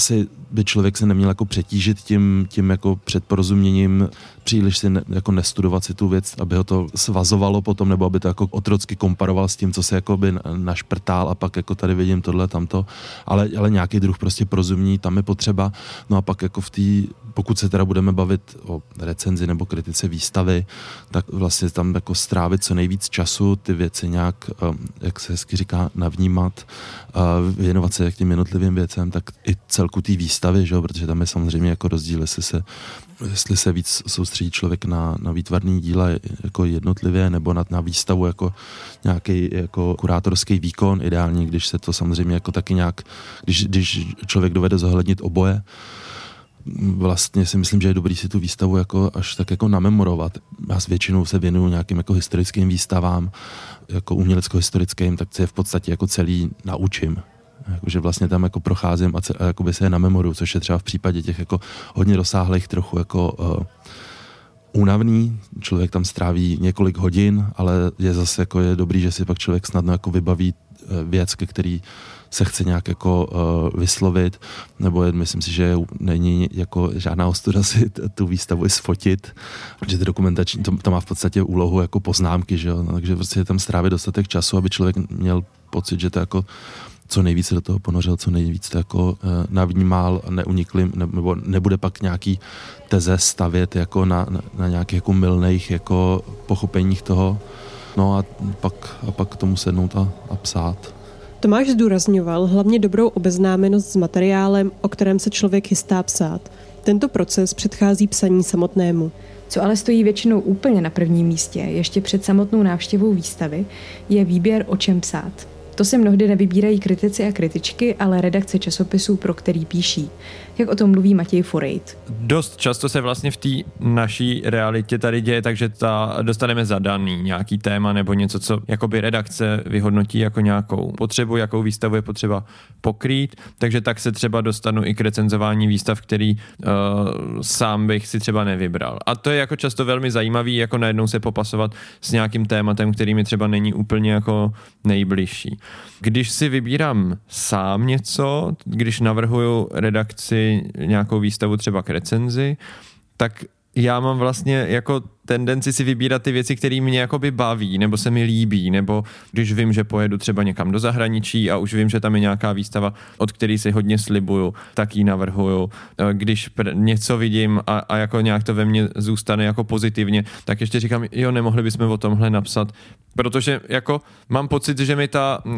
S11: by člověk se neměl jako přetížit tím, tím jako předporozuměním, příliš si ne, jako nestudovat si tu věc, aby ho to svazovalo potom, nebo aby to jako otrocky komparoval s tím, co se jako by našprtál a pak jako tady vidím tohle, tamto, ale, ale nějaký druh prostě porozumění tam je potřeba. No a pak jako v té, pokud se teda budeme bavit o recenzi nebo kritice výstavy, tak vlastně tam jako strávit co nejvíc času, ty věci nějak, jak se hezky říká, navnímat, věnovat se jak těm jednotlivým věcem, tak i celku té výstavy, že jo? Protože tam je samozřejmě jako rozdíl, jestli se, jestli se víc soustředí člověk na, na výtvarný díla jako jednotlivě, nebo na, na výstavu jako nějaký jako kurátorský výkon, ideální, když se to samozřejmě jako taky nějak, když, když člověk dovede zohlednit oboje. Vlastně si myslím, že je dobrý si tu výstavu jako až tak jako namemorovat. Já s většinou se věnuju nějakým jako historickým výstavám, jako umělecko-historickým, tak se je v podstatě jako celý naučím. Jakože vlastně tam jako procházím a, ce, a jakoby se je namemoruju, což je třeba v případě těch jako hodně rozsáhlých trochu jako uh, únavný. Člověk tam stráví několik hodin, ale je zase jako je dobrý, že si pak člověk snadno jako vybaví věc, ke který se chce nějak jako uh, vyslovit, nebo je, myslím si, že není jako žádná ostuda si t- tu výstavu i sfotit, protože ty dokumentační, to, to má v podstatě úlohu jako poznámky, že jo, no, takže prostě tam strávit dostatek času, aby člověk měl pocit, že to jako co nejvíce do toho ponořil, co nejvíc to jako uh, navnímal, neunikli, ne, nebo nebude pak nějaký teze stavět jako na, na, na nějakých jako mylných jako pochopeních toho, no a pak, a pak k tomu sednout a, a psát.
S4: Tomáš zdůrazňoval hlavně dobrou obeznámenost s materiálem, o kterém se člověk chystá psát. Tento proces předchází psaní samotnému.
S2: Co ale stojí většinou úplně na prvním místě, ještě před samotnou návštěvou výstavy, je výběr, o čem psát. To se mnohdy nevybírají kritici a kritičky, ale redakce časopisů, pro který píší. Jak o tom mluví Matěj Forejt.
S7: Dost často se vlastně v té naší realitě tady děje, takže ta, dostaneme zadaný nějaký téma nebo něco, co jakoby redakce vyhodnotí jako nějakou potřebu, jakou výstavu je potřeba pokrýt, takže tak se třeba dostanu i k recenzování výstav, který uh, sám bych si třeba nevybral. A to je jako často velmi zajímavý, jako najednou se popasovat s nějakým tématem, který mi třeba není úplně jako nejbližší. Když si vybírám sám něco, když navrhuju redakci nějakou výstavu třeba k recenzi, tak já mám vlastně jako tendenci si vybírat ty věci, které mě jakoby baví, nebo se mi líbí, nebo když vím, že pojedu třeba někam do zahraničí a už vím, že tam je nějaká výstava, od které si hodně slibuju, tak ji navrhuju. Když něco vidím a, a jako nějak to ve mně zůstane jako pozitivně, tak ještě říkám, jo, nemohli bychom o tomhle napsat, protože jako mám pocit, že mi ta, uh,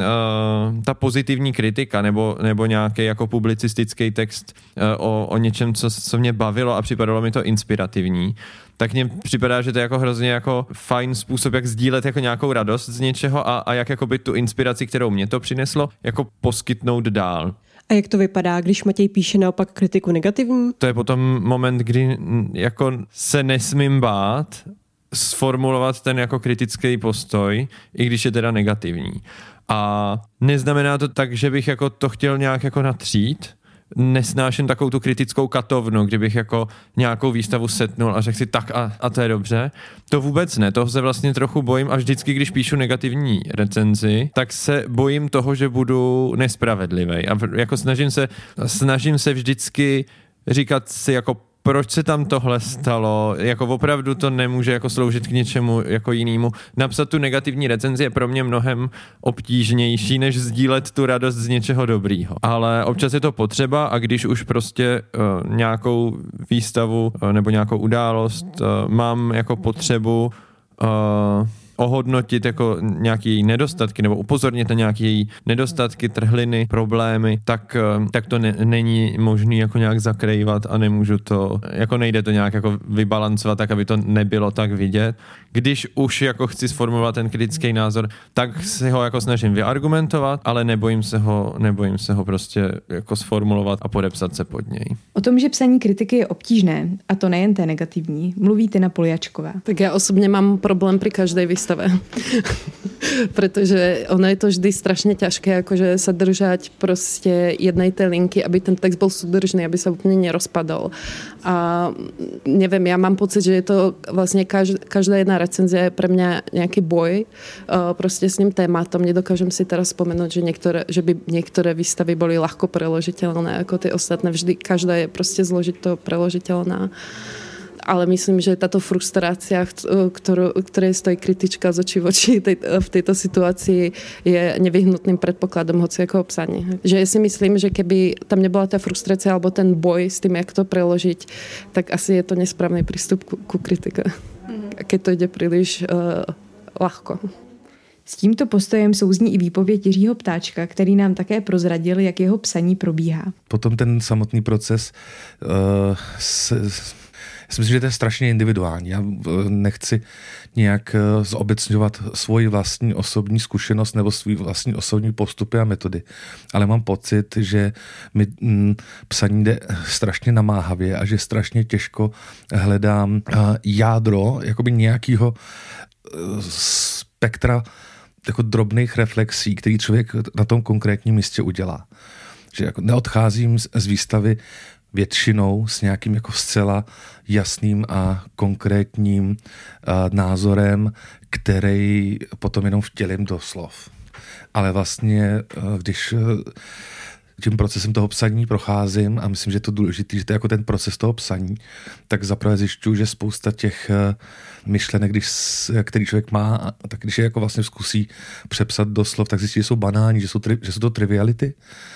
S7: ta pozitivní kritika nebo, nebo nějaký jako publicistický text uh, o, o něčem, co, co mě bavilo a připadalo mi to inspirativní, tak mně připadá, že to je jako hrozně jako fajn způsob, jak sdílet jako nějakou radost z něčeho a, a jak jakoby tu inspiraci, kterou mě to přineslo, jako poskytnout dál.
S4: A jak to vypadá, když Matěj píše naopak kritiku negativní?
S7: To je potom moment, kdy jako se nesmím bát sformulovat ten jako kritický postoj, i když je teda negativní. A neznamená to tak, že bych jako to chtěl nějak jako natřít, nesnáším takovou tu kritickou katovnu, kdybych jako nějakou výstavu setnul a řekl si tak a, a to je dobře. To vůbec ne, toho se vlastně trochu bojím a vždycky, když píšu negativní recenzi, tak se bojím toho, že budu nespravedlivý. A jako snažím se, snažím se vždycky říkat si jako proč se tam tohle stalo, jako opravdu to nemůže jako sloužit k něčemu jako jinému. Napsat tu negativní recenzi je pro mě mnohem obtížnější, než sdílet tu radost z něčeho dobrýho. Ale občas je to potřeba a když už prostě uh, nějakou výstavu uh, nebo nějakou událost uh, mám jako potřebu uh, ohodnotit jako nějaký její nedostatky nebo upozornit na nějaké její nedostatky, trhliny, problémy, tak, tak to ne, není možný jako nějak zakrývat a nemůžu to, jako nejde to nějak jako vybalancovat tak, aby to nebylo tak vidět. Když už jako chci sformulovat ten kritický názor, tak si ho jako snažím vyargumentovat, ale nebojím se ho, nebojím se ho prostě jako sformulovat a podepsat se pod něj.
S2: O tom, že psaní kritiky je obtížné, a to nejen té negativní, mluví Tina Poljačková.
S10: Tak já osobně mám problém pri každej výstave výstave. Pretože ono je to vždy strašne ťažké, akože sa držať proste jednej tej linky, aby ten text bol súdržný, aby sa úplne nerozpadol. A neviem, ja mám pocit, že je to vlastne každá, každá jedna recenzia je pre mňa nejaký boj uh, proste s tým tématom. Nedokážem si teraz spomenúť, že, niektoré, že by niektoré výstavy boli ľahko preložiteľné ako tie ostatné. Vždy každá je proste zložito preložiteľná. Ale myslím, že táto frustrácia, ktorú, ktorej stojí kritička z očí v oči tej, v tejto situácii, je nevyhnutným predpokladom hociakého psania. Že ja si myslím, že keby tam nebola tá frustrácia alebo ten boj s tým, jak to preložiť, tak asi je to nesprávny prístup ku, ku kritike. Mm-hmm. Keď to ide príliš uh, ľahko.
S2: S tímto postojem souzní i výpověď Jiřího Ptáčka, který nám také prozradil, jak jeho psaní probíhá.
S9: Potom ten samotný proces uh, se, já si myslím, že to je strašně individuální. Já nechci nějak zobecňovat svoji vlastní osobní zkušenost nebo svůj vlastní osobní postupy a metody. Ale mám pocit, že mi mm, psaní jde strašně namáhavě a že strašně těžko hledám uh, jádro jakoby nějakého uh, spektra jako drobných reflexí, který člověk na tom konkrétním místě udělá. Že jako neodcházím z, z výstavy většinou s nějakým jako zcela jasným a konkrétním uh, názorem, který potom jenom vtělím do slov. Ale vlastně, uh, když uh, tím procesem toho psaní procházím, a myslím, že je to důležité, že to je jako ten proces toho psaní, tak zaprvé zjišťuju, že spousta těch uh, myšlenek, když, který člověk má, tak když je jako vlastně zkusí přepsat do slov, tak zjistí, že jsou banální, že jsou, tri, že jsou to triviality.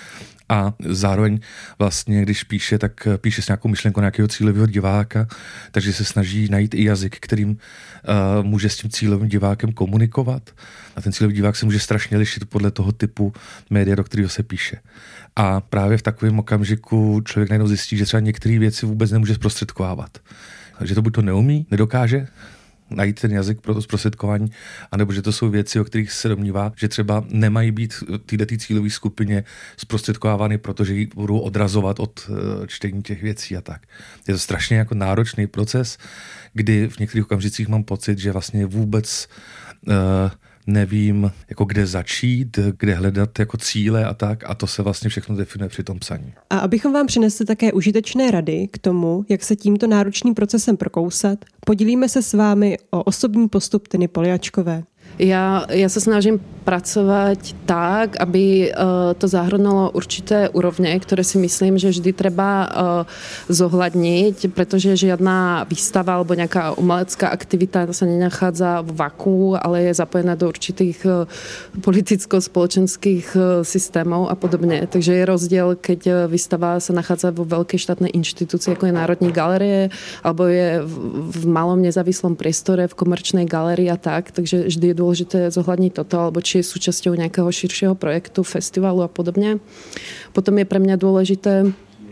S9: A zároveň vlastně, když píše, tak píše s nějakou myšlenkou nějakého cílového diváka, takže se snaží najít i jazyk, kterým uh, může s tím cílovým divákem komunikovat. A ten cílový divák se může strašně lišit podle toho typu média, do kterého se píše. A právě v takovém okamžiku člověk najednou zjistí, že třeba některé věci vůbec nemůže zprostředkovávat. Že to buď to neumí, nedokáže najít ten jazyk pro to zprostředkování, anebo že to jsou věci, o kterých se domnívá, že třeba nemají být v této cílové skupině zprostředkovávány, protože ji budou odrazovat od čtení těch věcí a tak. Je to strašně jako náročný proces, kdy v některých okamžicích mám pocit, že vlastně vůbec uh, nevím, jako kde začít, kde hledat jako cíle a tak, a to se vlastně všechno definuje při tom psaní.
S4: A abychom vám přinesli také užitečné rady k tomu, jak se tímto náročným procesem prokousat, podělíme se s vámi o osobní postup Tiny Poliačkové.
S10: Ja, ja sa snažím pracovať tak, aby uh, to zahrnulo určité úrovne, ktoré si myslím, že vždy treba uh, zohľadniť, pretože žiadna výstava alebo nejaká umelecká aktivita sa nenachádza v vaku, ale je zapojená do určitých uh, politicko-spoločenských uh, systémov a podobne. Takže je rozdiel, keď výstava sa nachádza vo veľkej štátnej inštitúcii, ako je Národní galerie, alebo je v, v malom nezávislom priestore, v komerčnej galérii a tak. Takže vždy je dôležité zohľadniť toto, alebo či je súčasťou nejakého širšieho projektu, festivalu a podobne. Potom je pre mňa dôležité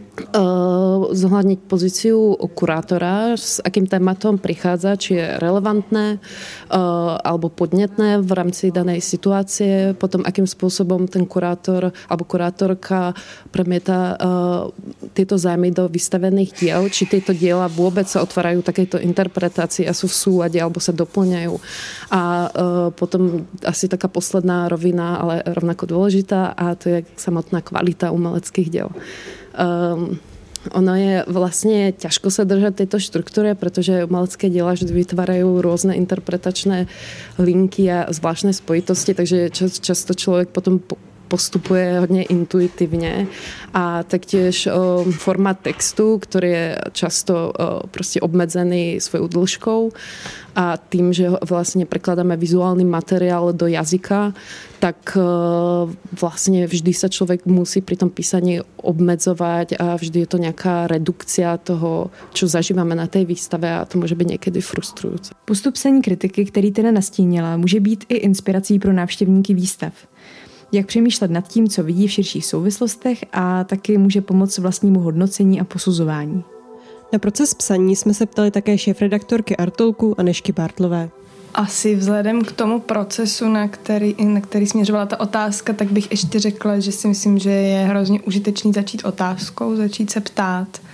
S10: Uh, zohľadniť pozíciu kurátora, s akým tématom prichádza, či je relevantné uh, alebo podnetné v rámci danej situácie, potom akým spôsobom ten kurátor alebo kurátorka premieta uh, tieto zájmy do vystavených diel, či tieto diela vôbec sa otvárajú takéto interpretácii a sú v súlade alebo sa doplňajú. A uh, potom asi taká posledná rovina, ale rovnako dôležitá, a to je samotná kvalita umeleckých diel. Um, ono je vlastne ťažko sa držať tejto štruktúre, pretože umelecké diela vždy vytvárajú rôzne interpretačné linky a zvláštne spojitosti, takže čas, často človek potom postupuje hodne intuitívne a taktiež o, formát textu, ktorý je často o, proste obmedzený svojou dĺžkou a tým, že vlastne prekladáme vizuálny materiál do jazyka, tak o, vlastne vždy sa človek musí pri tom písaní obmedzovať a vždy je to nejaká redukcia toho, čo zažívame na tej výstave a to môže byť niekedy frustrujúce.
S2: Postup psaní kritiky, který teda nastínila, může být i inspirací pro návštěvníky výstav. Jak přemýšlet nad tím, co vidí v širších souvislostech, a taky může pomoct vlastnímu hodnocení a posuzování.
S4: Na proces psaní jsme se ptali také šéfredaktorky Artolku Anežky Bartlové.
S6: Asi vzhledem k tomu procesu, na který, na který směřovala ta otázka, tak bych ještě řekla, že si myslím, že je hrozně užitečný začít otázkou, začít se ptát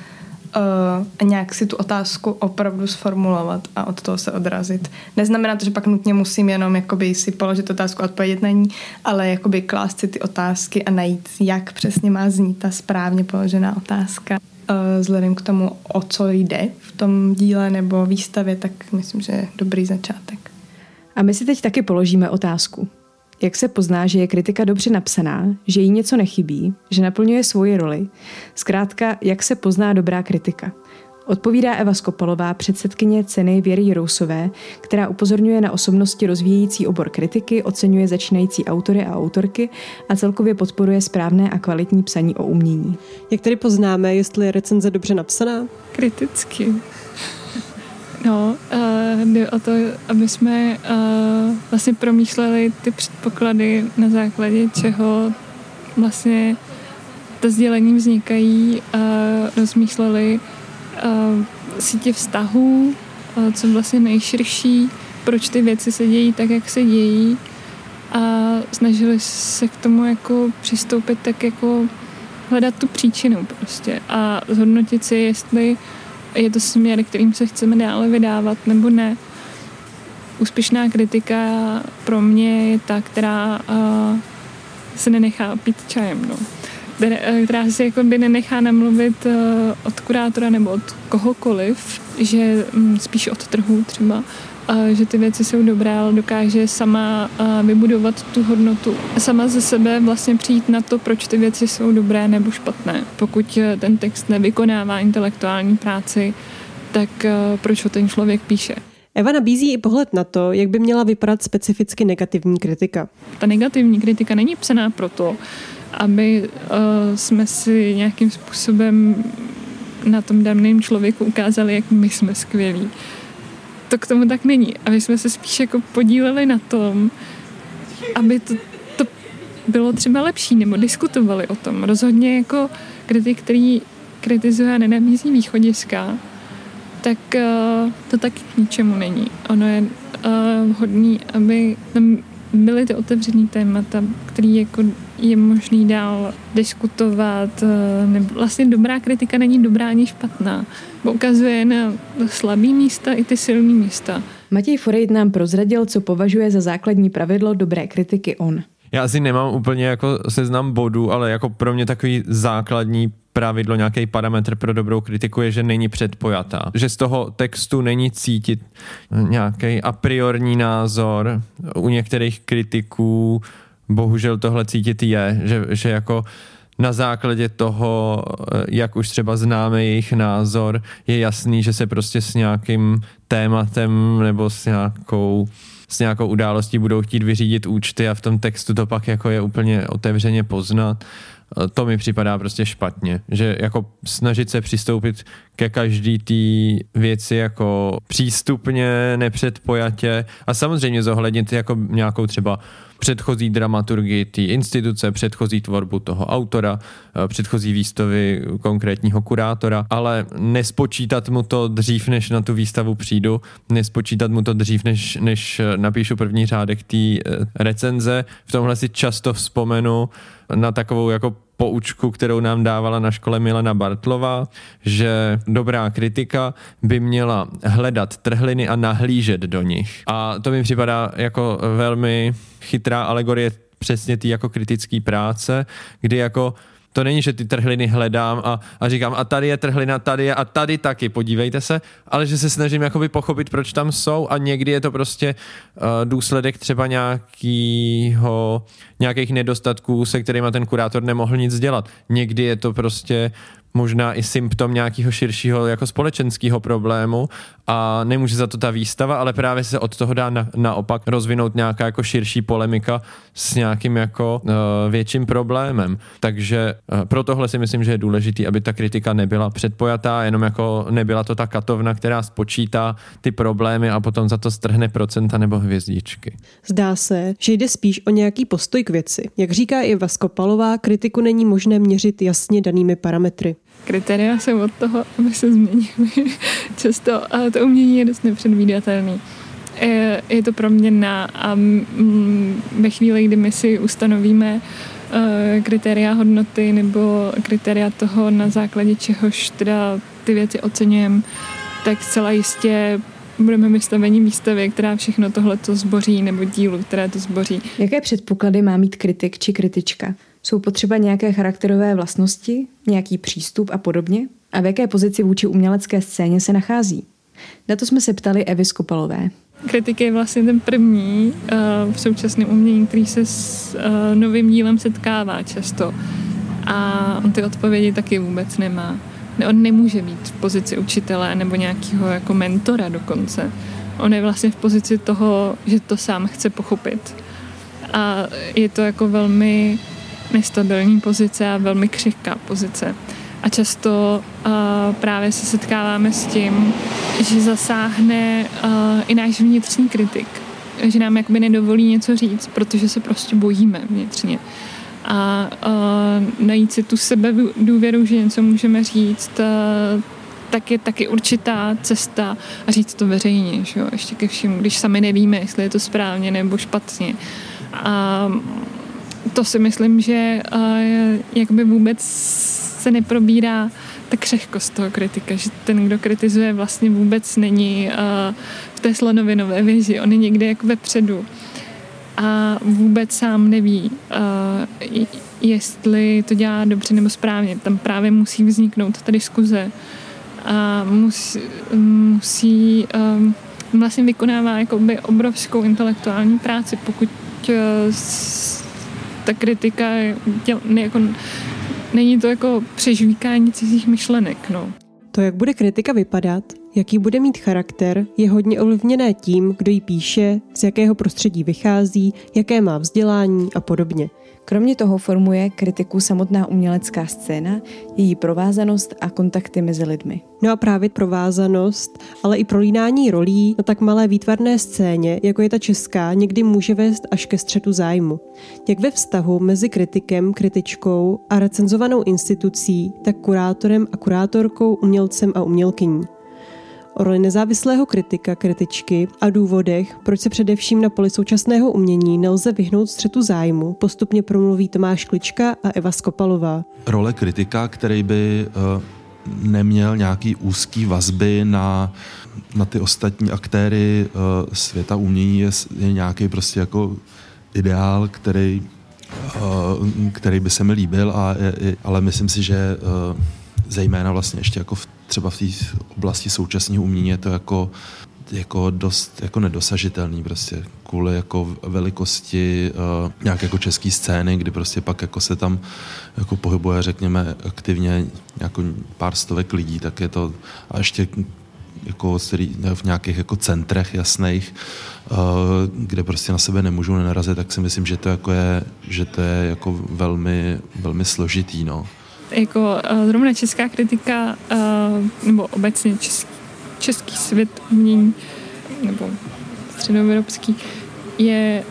S6: a nějak si tu otázku opravdu sformulovat a od toho se odrazit. Neznamená to, že pak nutně musím jenom jakoby si položit otázku a odpovědět na ní, ale jakoby klást si ty otázky a najít, jak přesně má znít ta správně položená otázka. Vzhledem k tomu, o co jde v tom díle nebo výstavě, tak myslím, že je dobrý začátek.
S2: A my si teď taky položíme otázku. Jak se pozná, že je kritika dobře napsaná, že jí něco nechybí, že naplňuje svoji roli? Zkrátka, jak se pozná dobrá kritika? Odpovídá Eva Skopalová, předsedkyně ceny Věry Jirousové, která upozorňuje na osobnosti rozvíjející obor kritiky, oceňuje začínající autory a autorky a celkově podporuje správné a kvalitní psaní o umění.
S4: Jak tedy poznáme, jestli je recenze dobře napsaná?
S12: Kriticky. No, uh, jde o to, aby jsme uh, vlastně promýšleli ty předpoklady, na základě čeho vlastně ta sdělení vznikají, uh, rozmýšleli uh, sítě vztahů, uh, co vlastně nejširší, proč ty věci se dějí tak, jak se dějí a snažili se k tomu jako přistoupit tak jako hledat tu příčinu prostě a zhodnotit si, jestli je to směr, kterým se chceme dále vydávat, nebo ne. Úspěšná kritika pro mě je ta, která uh, se nenechá pít čajem, no. Která se jako by nenechá namluvit uh, od kurátora nebo od kohokoliv, že um, spíš od trhu třeba, uh, že ty věci jsou dobré, ale dokáže sama uh, vybudovat tu hodnotu. Sama ze sebe vlastně přijít na to, proč ty věci jsou dobré nebo špatné. Pokud uh, ten text nevykonává intelektuální práci, tak uh, proč ho ten člověk píše.
S4: Eva nabízí i pohled na to, jak by měla vypadat specificky negativní kritika.
S12: Ta negativní kritika není psaná proto, aby uh, jsme si nějakým způsobem na tom daném člověku ukázali, jak my jsme skvělí. To k tomu tak není. Aby jsme se spíš jako podíleli na tom, aby to, to bylo třeba lepší, nebo diskutovali o tom. Rozhodně jako kritik, který kritizuje a nenabízí východiska, tak uh, to taky k ničemu není. Ono je uh, hodný, aby tam byly ty otevřený témata, který jako je možný dál diskutovat. Nebo vlastně dobrá kritika není dobrá ani špatná. Bo ukazuje na slabý místa i ty silný místa.
S2: Matěj Forejt nám prozradil, co považuje za základní pravidlo dobré kritiky on.
S7: Já asi nemám úplně jako seznam bodů, ale jako pro mě takový základní pravidlo, nějaký parametr pro dobrou kritiku je, že není předpojatá. Že z toho textu není cítit nějaký a priorní názor. U některých kritiků bohužel tohle cítit je, že, že jako na základě toho, jak už třeba známe jejich názor, je jasný, že se prostě s nějakým tématem nebo s nějakou s nějakou událostí budou chtít vyřídit účty a v tom textu to pak jako je úplně otevřeně poznat. To mi připadá prostě špatně, že jako snažit se přistoupit ke každý té věci jako přístupně, nepředpojatě a samozřejmě zohlednit jako nějakou třeba předchozí dramaturgii té instituce, předchozí tvorbu toho autora, předchozí výstavy konkrétního kurátora, ale nespočítat mu to dřív, než na tu výstavu přijdu, nespočítat mu to dřív, než, než napíšu první řádek té recenze. V tomhle si často vzpomenu na takovou jako poučku, kterou nám dávala na škole Milena Bartlová, že dobrá kritika by měla hledat trhliny a nahlížet do nich. A to mi připadá jako velmi chytrá alegorie přesně té jako kritické práce, kdy jako to není, že ty trhliny hledám a, a říkám, a tady je trhlina, tady je a tady taky, podívejte se, ale že se snažím jakoby pochopit, proč tam jsou a někdy je to prostě uh, důsledek třeba nějakýho, nějakých nedostatků, se kterými ten kurátor nemohl nic dělat. Někdy je to prostě možná i symptom nějakého širšího jako společenského problému a nemůže za to ta výstava, ale právě se od toho dá na, naopak rozvinout nějaká jako širší polemika s nějakým jako uh, větším problémem. Takže uh, pro tohle si myslím, že je důležitý, aby ta kritika nebyla předpojatá, jenom jako nebyla to ta katovna, která spočítá ty problémy a potom za to strhne procenta nebo hvězdičky.
S4: Zdá se, že jde spíš o nějaký postoj k věci. Jak říká i Eva Skopalová, kritiku není možné měřit jasně danými parametry.
S12: Kritéria jsou od toho, aby se změnily často, ale to umění je dost nepředvídatelný. Je, je to proměnná a ve chvíli, kdy my si ustanovíme kritéria hodnoty nebo kritéria toho, na základě čehož teda ty ty věci oceňujeme, tak zcela jistě budeme vystaveni výstavě, která všechno tohleto zboří, nebo dílu, které to zboří.
S2: Jaké předpoklady má mít kritik či kritička? Jsou potřeba nějaké charakterové vlastnosti, nějaký přístup a podobně? A v jaké pozici vůči umělecké scéně se nachází? Na to jsme se ptali Evy Skopalové.
S12: Kritik je vlastně ten první uh, v současném umění, který se s uh, novým dílem setkává často. A on ty odpovědi taky vůbec nemá. On nemůže být v pozici učitele nebo nějakého jako mentora dokonce. On je vlastně v pozici toho, že to sám chce pochopit. A je to jako velmi nestabilní pozice a velmi křehká pozice. A často uh, právě se setkáváme s tím, že zasáhne uh, i náš vnitřní kritik. Že nám jakoby nedovolí něco říct, protože se prostě bojíme vnitřně. A uh, najít si tu sebedůvěru, že něco můžeme říct, uh, tak je taky určitá cesta a říct to veřejně, že jo? Ještě ke všemu, když sami nevíme, jestli je to správně nebo špatně. A to si myslím, že uh, jakoby vůbec se neprobírá ta křehkost toho kritika, že ten, kdo kritizuje, vlastně vůbec není uh, v té slonovinové věži, on je někde jako vepředu a vůbec sám neví, uh, jestli to dělá dobře nebo správně. Tam právě musí vzniknout ta diskuze a musí, musí um, vlastně vykonává jakoby obrovskou intelektuální práci, pokud uh, ta kritika děl, ne, jako, není to jako přežvíkání cizích myšlenek. No.
S4: To, jak bude kritika vypadat, jaký bude mít charakter, je hodně ovlivněné tím, kdo ji píše, z jakého prostředí vychází, jaké má vzdělání a podobně.
S2: Kromě toho formuje kritiku samotná umělecká scéna, její provázanost a kontakty mezi lidmi.
S4: No a právě provázanost, ale i prolínání rolí na tak malé výtvarné scéně, jako je ta česká, někdy může vést až ke střetu zájmu. Jak ve vztahu mezi kritikem, kritičkou a recenzovanou institucí, tak kurátorem a kurátorkou, umělcem a umělkyní. O roli nezávislého kritika, kritičky a důvodech, proč se především na poli současného umění nelze vyhnout střetu zájmu, postupně promluví Tomáš Klička a Eva Skopalová.
S11: Role kritika, který by uh, neměl nějaký úzký vazby na, na ty ostatní aktéry uh, světa umění, je, je nějaký prostě jako ideál, který, uh, který by se mi líbil, a je, je, ale myslím si, že uh, zejména vlastně ještě jako v třeba v té oblasti současného umění je to jako, jako dost jako nedosažitelný prostě kvůli jako velikosti uh, nějak jako české scény, kdy prostě pak jako se tam jako pohybuje, řekněme, aktivně jako pár stovek lidí, tak je to a ještě jako v nějakých jako centrech jasných, uh, kde prostě na sebe nemůžou nenarazit, tak si myslím, že to jako je, že to je jako velmi, velmi složitý, no.
S12: Jako zrovna česká kritika, nebo obecně český, český svět umění, nebo středoevropský, je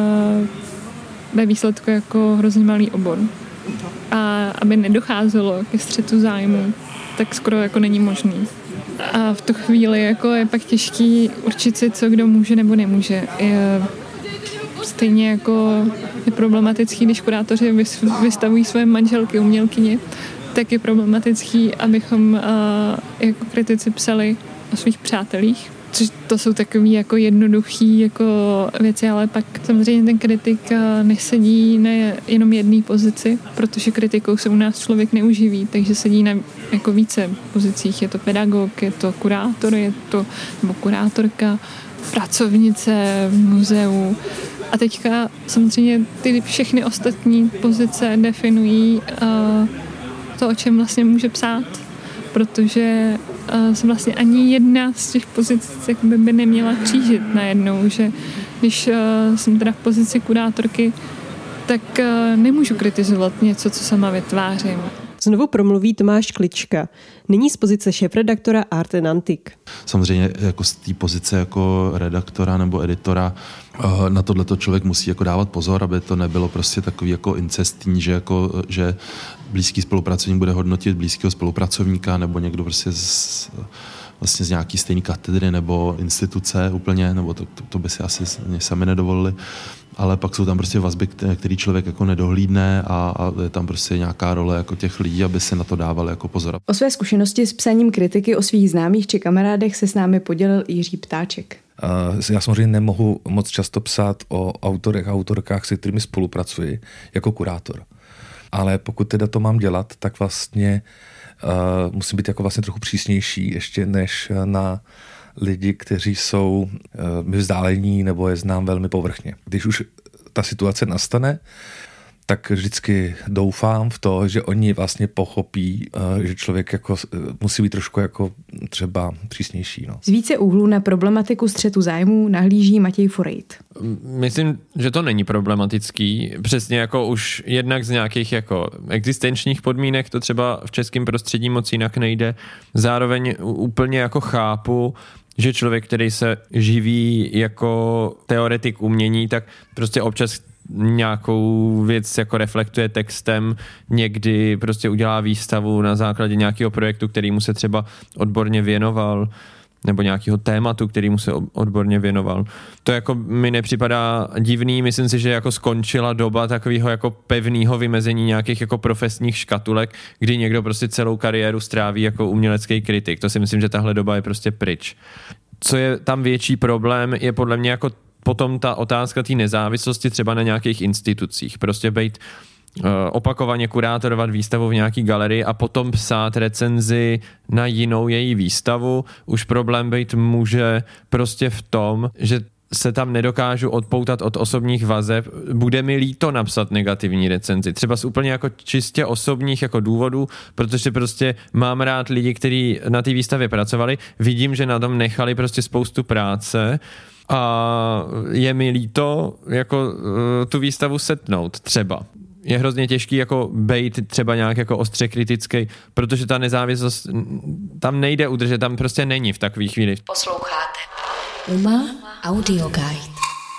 S12: ve výsledku jako hrozně malý obor. A aby nedocházelo ke střetu zájmu, tak skoro jako není možný. A v tu chvíli jako je pak těžký určit si, co kdo může nebo nemůže. Je stejně jako je problematický, když kurátoři vystavují své manželky umělkyně, tak je problematický, abychom uh, jako kritici psali o svých přátelích. Což to jsou takové jako jednoduché jako věci, ale pak samozřejmě ten kritik uh, nesedí na jenom jedné pozici, protože kritikou se u nás člověk neuživí, takže sedí na jako více pozicích. Je to pedagog, je to kurátor, je to nebo kurátorka, pracovnice v muzeu. A teďka samozřejmě ty všechny ostatní pozice definují uh, to, o čem vlastně může psát, protože uh, se vlastně ani jedna z těch pozic by, by neměla křížit najednou, že když uh, jsem teda v pozici kurátorky, tak uh, nemůžu kritizovat něco, co sama vytvářím.
S4: Znovu promluví Tomáš Klička, nyní z pozice šéfredaktora Art and Antique.
S11: Samozřejmě jako z té pozice jako redaktora nebo editora na tohleto člověk musí jako dávat pozor, aby to nebylo prostě takový jako incestní, že, jako, že blízký spolupracovník bude hodnotit blízkého spolupracovníka nebo někdo prostě z, vlastně z nějaký stejný katedry nebo instituce úplně, nebo to, to, to by si asi sami nedovolili. ale pak jsou tam prostě vazby, který člověk jako nedohlídne a, a je tam prostě nějaká role jako těch lidí, aby se na to dávali jako pozor.
S2: O své zkušenosti s psaním kritiky o svých známých či kamarádech se s námi podělil Jiří Ptáček.
S9: Já samozřejmě nemohu moc často psát o autorech a autorkách, se kterými spolupracuji jako kurátor. Ale pokud teda to mám dělat, tak vlastně uh, musím být jako vlastně trochu přísnější ještě než na lidi, kteří jsou uh, mi vzdálení nebo je znám velmi povrchně. Když už ta situace nastane, tak vždycky doufám v to, že oni vlastně pochopí, že člověk jako musí být trošku jako třeba přísnější. No.
S2: Z více úhlů na problematiku střetu zájmů nahlíží Matěj Forejt.
S7: Myslím, že to není problematický. Přesně jako už jednak z nějakých jako existenčních podmínek to třeba v českém prostředí moc jinak nejde. Zároveň úplně jako chápu, že člověk, který se živí jako teoretik umění, tak prostě občas nějakou věc jako reflektuje textem, někdy prostě udělá výstavu na základě nějakého projektu, kterýmu se třeba odborně věnoval, nebo nějakého tématu, kterýmu se odborně věnoval. To jako mi nepřipadá divný, myslím si, že jako skončila doba takového jako pevného vymezení nějakých jako profesních škatulek, kdy někdo prostě celou kariéru stráví jako umělecký kritik. To si myslím, že tahle doba je prostě pryč. Co je tam větší problém, je podle mě jako potom ta otázka té nezávislosti třeba na nějakých institucích. Prostě být uh, opakovaně kurátorovat výstavu v nějaký galerii a potom psát recenzi na jinou její výstavu. Už problém být může prostě v tom, že se tam nedokážu odpoutat od osobních vazeb. Bude mi líto napsat negativní recenzi. Třeba z úplně jako čistě osobních jako důvodů, protože prostě mám rád lidi, kteří na té výstavě pracovali. Vidím, že na tom nechali prostě spoustu práce a je mi líto jako uh, tu výstavu setnout třeba. Je hrozně těžký jako bejt třeba nějak jako ostře kritický, protože ta nezávislost tam nejde udržet, tam prostě není v takové chvíli.
S1: Posloucháte Uma Audio Guide.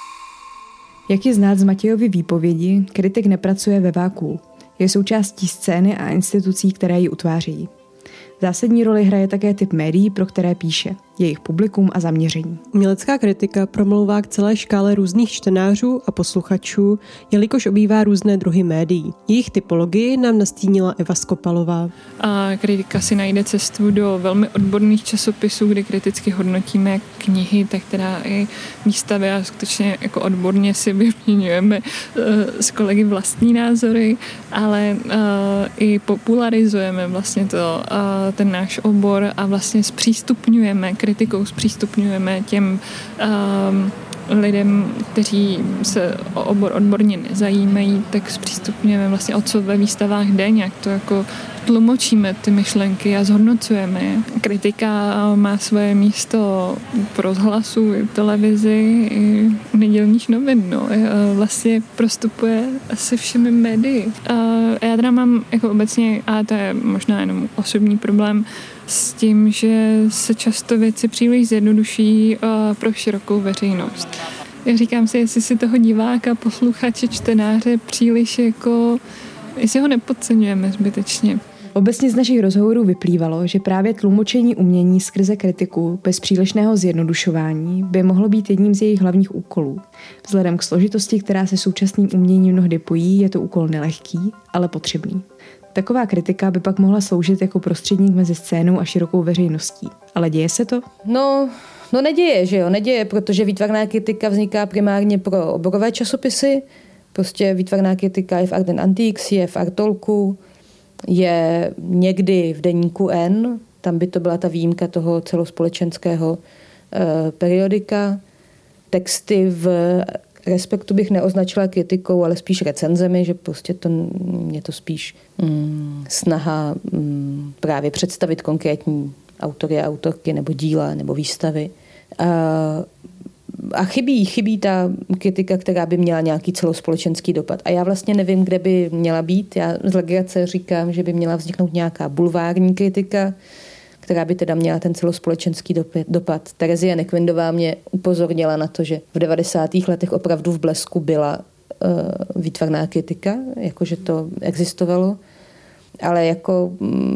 S2: Jak je znát z Matějovy výpovědi, kritik nepracuje ve vákuu. Je součástí scény a institucí, které ji utvářejí. Zásadní roli hraje také typ médií, pro které píše, jejich publikum a zaměření.
S4: Umělecká kritika promlouvá k celé škále různých čtenářů a posluchačů, jelikož obývá různé druhy médií. Jejich typologii nám nastínila Eva Skopalová.
S12: A kritika si najde cestu do velmi odborných časopisů, kde kriticky hodnotíme knihy, tak teda i výstavy a skutečně jako odborně si vyměňujeme uh, s kolegy vlastní názory, ale uh, i popularizujeme vlastně to, uh, ten náš obor a vlastně zpřístupňujeme kritikou zpřístupňujeme těm um, lidem, kteří se o obor odborně nezajímají, tak zpřístupňujeme vlastně, o co ve výstavách jde, nějak to jako tlumočíme ty myšlenky a zhodnocujeme je. Kritika má svoje místo v rozhlasu, i v televizi, i v nedělních novin. No. Vlastně prostupuje asi všemi médii. Já teda mám jako obecně, a to je možná jenom osobní problém, s tím, že se často věci příliš zjednoduší pro širokou veřejnost. Já říkám si, jestli si toho diváka, posluchače, čtenáře příliš jako, jestli ho nepodceňujeme zbytečně.
S2: Obecně z našich rozhovorů vyplývalo, že právě tlumočení umění skrze kritiku bez přílišného zjednodušování by mohlo být jedním z jejich hlavních úkolů. Vzhledem k složitosti, která se současným uměním mnohdy pojí, je to úkol nelehký, ale potřebný. Taková kritika by pak mohla sloužit jako prostředník mezi scénou a širokou veřejností. Ale děje se to?
S8: No, no neděje, že jo, neděje, protože výtvarná kritika vzniká primárně pro oborové časopisy. Prostě výtvarná kritika je v Art and Antiques, je v Artolku, je někdy v deníku N, tam by to byla ta výjimka toho celospolečenského e, periodika. Texty v Respektu bych neoznačila kritikou, ale spíš recenzemi, že prostě to, mě to spíš mm, snaha mm, právě představit konkrétní autory a autorky nebo díla nebo výstavy. A, a chybí, chybí ta kritika, která by měla nějaký celospolečenský dopad. A já vlastně nevím, kde by měla být. Já z legrace říkám, že by měla vzniknout nějaká bulvární kritika, která by teda měla ten celospolečenský dopad. Terezie Nekvindová mě upozornila na to, že v devadesátých letech opravdu v blesku byla uh, výtvarná kritika, jakože to existovalo. ale jako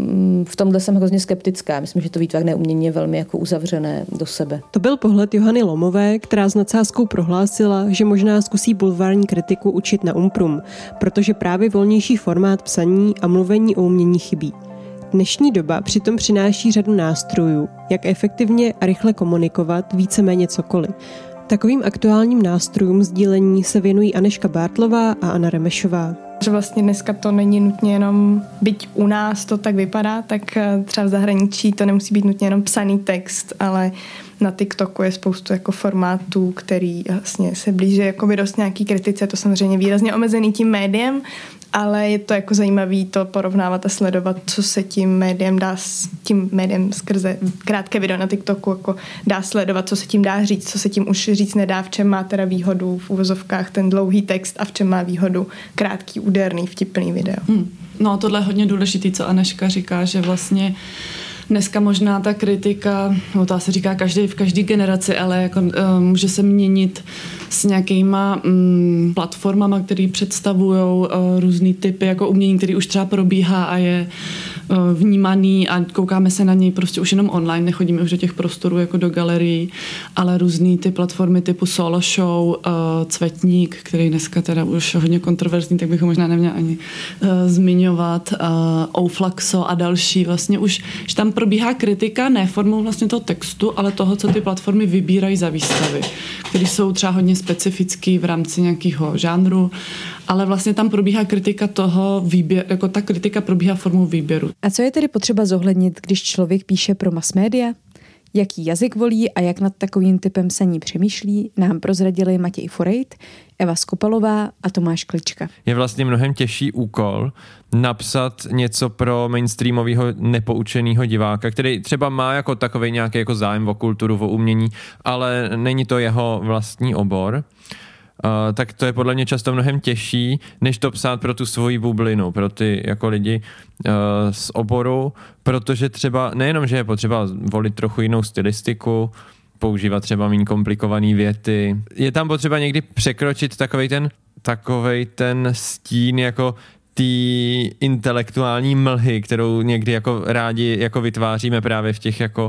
S8: v tomhle jsem hrozně skeptická. Myslím, že to výtvarné umění je velmi jako uzavřené do sebe.
S4: To byl pohled Johany Lomové, která s nadsázkou prohlásila, že možná zkusí bulvární kritiku učit na Umprum, protože právě volnější formát psaní a mluvení o umění chybí. Dnešní doba přitom přináší řadu nástrojů, jak efektivně a rychle komunikovat víceméně cokoliv. Takovým aktuálním nástrojům sdílení se věnují Anežka Bártlová a Anna Remešová.
S6: Že vlastně dneska to není nutně jenom, byť u nás to tak vypadá, tak třeba v zahraničí to nemusí být nutně jenom psaný text, ale na TikToku je spoustu jako formátů, který vlastně se blíží jakoby dost nějaký kritice, to samozřejmě výrazně omezený tím médiem, ale je to jako zajímavý to porovnávat a sledovat, co se tím médiem dá, s tím médiem skrze krátké video na TikToku jako dá sledovat, co se tím dá říct, co se tím už říct nedá, v čem má teda výhodu v uvozovkách ten dlouhý text a v čem má výhodu krátký, úderný, vtipný video.
S5: Hmm. No tohle je hodně důležitý, co Anežka říká, že vlastně dneska možná ta kritika, no to se říká každý v každé generaci, ale jako, uh, může se měnit s nějakýma um, platformama, které představují uh, různý typy jako umění, který už třeba probíhá a je uh, vnímaný a koukáme se na něj prostě už jenom online, nechodíme už do těch prostorů jako do galerií, ale různý ty platformy typu Solo Show, uh, Cvetník, který dneska teda už hodně kontroverzní, tak bych ho možná neměla ani uh, zmiňovat, uh, Ouflaxo a další, vlastně už, že tam probíhá kritika ne formou vlastně toho textu, ale toho, co ty platformy vybírají za výstavy, které jsou třeba hodně specifický v rámci nějakého žánru, ale vlastně tam probíhá kritika toho výběru, jako ta kritika probíhá formou výběru.
S2: A co je tedy potřeba zohlednit, když člověk píše pro mass media? Jaký jazyk volí a jak nad takovým typem psaní přemýšlí, nám prozradili Matěj Forejt, Eva Skopalová a Tomáš Klička.
S7: Je vlastně mnohem těžší úkol napsat něco pro mainstreamového nepoučeného diváka, který třeba má jako takovej nějaký jako zájem o kulturu, o umění, ale není to jeho vlastní obor. Uh, tak to je podle mě často mnohem těžší, než to psát pro tu svoji bublinu, pro ty jako lidi uh, z oboru, protože třeba nejenom, že je potřeba volit trochu jinou stylistiku, používat třeba méně komplikované věty, je tam potřeba někdy překročit takovej ten, takovej ten stín jako té intelektuální mlhy, kterou někdy jako rádi jako vytváříme právě v těch jako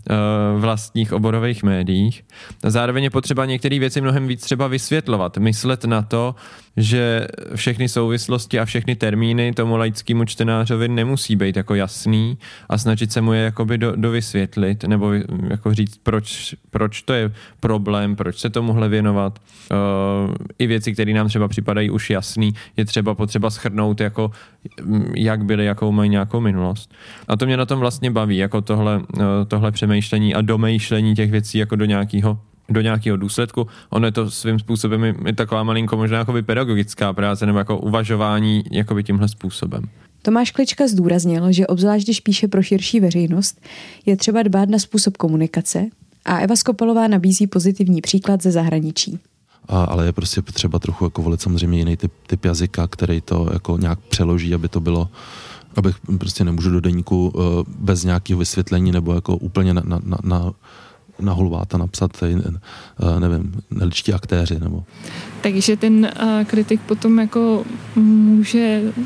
S7: uh, vlastních oborových médiích. A zároveň je potřeba některé věci mnohem víc třeba vysvětlovat, myslet na to, že všechny souvislosti a všechny termíny tomu laickému čtenářovi nemusí být jako jasný a snažit se mu je jakoby do, dovysvětlit nebo jako říct, proč, proč to je problém, proč se tomuhle věnovat. Uh, I věci, které nám třeba připadají už jasný, je třeba potřeba shrnout, jako jak byly, jakou mají nějakou minulost. A to mě na tom vlastně baví, jako tohle, uh, tohle přemýšlení a domýšlení těch věcí jako do nějakého do nějakého důsledku. Ono je to svým způsobem je taková malinko možná jakoby pedagogická práce nebo jako uvažování jakoby tímhle způsobem.
S2: Tomáš Klička zdůraznil, že obzvlášť když píše pro širší veřejnost, je třeba dbát na způsob komunikace a Eva Skopalová nabízí pozitivní příklad ze zahraničí.
S11: A, ale je prostě potřeba trochu jako volit samozřejmě jiný typ, typ jazyka, který to jako nějak přeloží, aby to bylo, abych prostě nemůžu do deníku uh, bez nějakého vysvětlení nebo jako úplně na, na, na na hulváta napsat, nevím, neličtí aktéři, nebo...
S12: Takže ten uh, kritik potom jako může uh,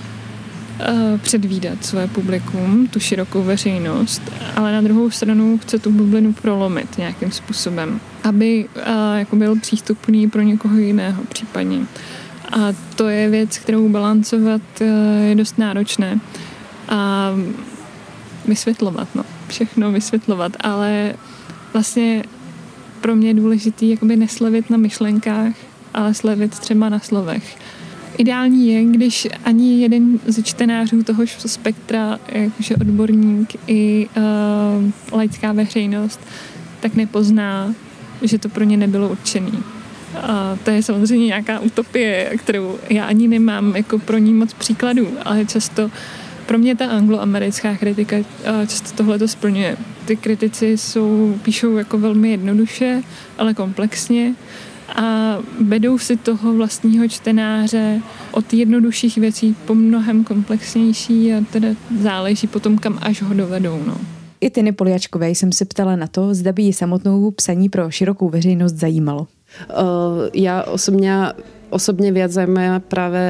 S12: předvídat své publikum, tu širokou veřejnost, ale na druhou stranu chce tu bublinu prolomit nějakým způsobem, aby uh, jako byl přístupný pro někoho jiného případně. A to je věc, kterou balancovat uh, je dost náročné. A vysvětlovat, no. Všechno vysvětlovat, ale vlastně pro mě je důležitý jakoby neslevit na myšlenkách, ale slevit třeba na slovech. Ideální je, když ani jeden ze čtenářů toho spektra, jakože odborník i uh, laická veřejnost, tak nepozná, že to pro ně nebylo určený. A to je samozřejmě nějaká utopie, kterou já ani nemám jako pro ní moc příkladů, ale často pro mě ta angloamerická kritika často tohle to splňuje. Ty kritici jsou, píšou jako velmi jednoduše, ale komplexně a vedou si toho vlastního čtenáře od jednodušších věcí po mnohem komplexnější a teda záleží potom, kam až ho dovedou. No.
S2: I Tiny Poliačkové jsem se ptala na to, zda by ji samotnou psaní pro širokou veřejnost zajímalo.
S10: Uh, ja osobne, osobne viac zaujíma práve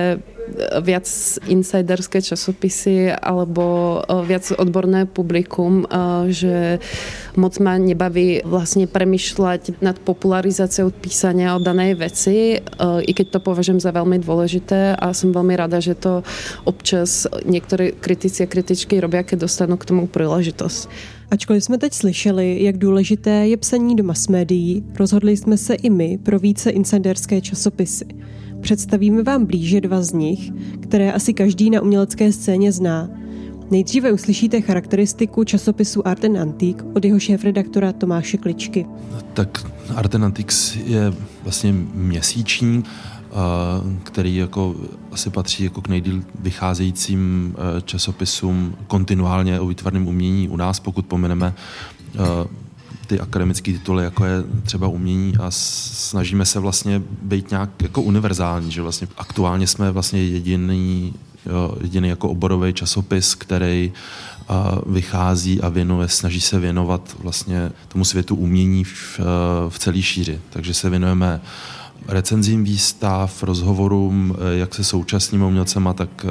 S10: viac insiderské časopisy alebo viac odborné publikum, že moc ma nebaví vlastne premýšľať nad popularizáciou písania o danej veci, i keď to považujem za veľmi dôležité a som veľmi rada, že to občas niektorí kritici a kritičky robia, keď dostanú k tomu príležitosť.
S4: Ačkoliv jsme teď slyšeli, jak důležité je psaní do mass médií, rozhodli jsme se i my pro více insiderské časopisy. Představíme vám blíže dva z nich, které asi každý na umělecké scéně zná. Nejdříve uslyšíte charakteristiku časopisu Art and Antique od jeho šéfredaktora Tomáše Kličky.
S11: Tak Art and Antiques je vlastně měsíčník, který jako asi patří jako k nejdýl vycházejícím časopisům kontinuálně o výtvarném umění u nás, pokud pomineme ty akademické tituly, jako je třeba umění, a snažíme se vlastně být nějak jako univerzální, že vlastně aktuálně jsme vlastně jediný, jediný jako oborový časopis, který vychází a věnuje, snaží se věnovat vlastně tomu světu umění v, v celé šíři. Takže se věnujeme recenzím výstav, rozhovorům jak se současnými umělcema, tak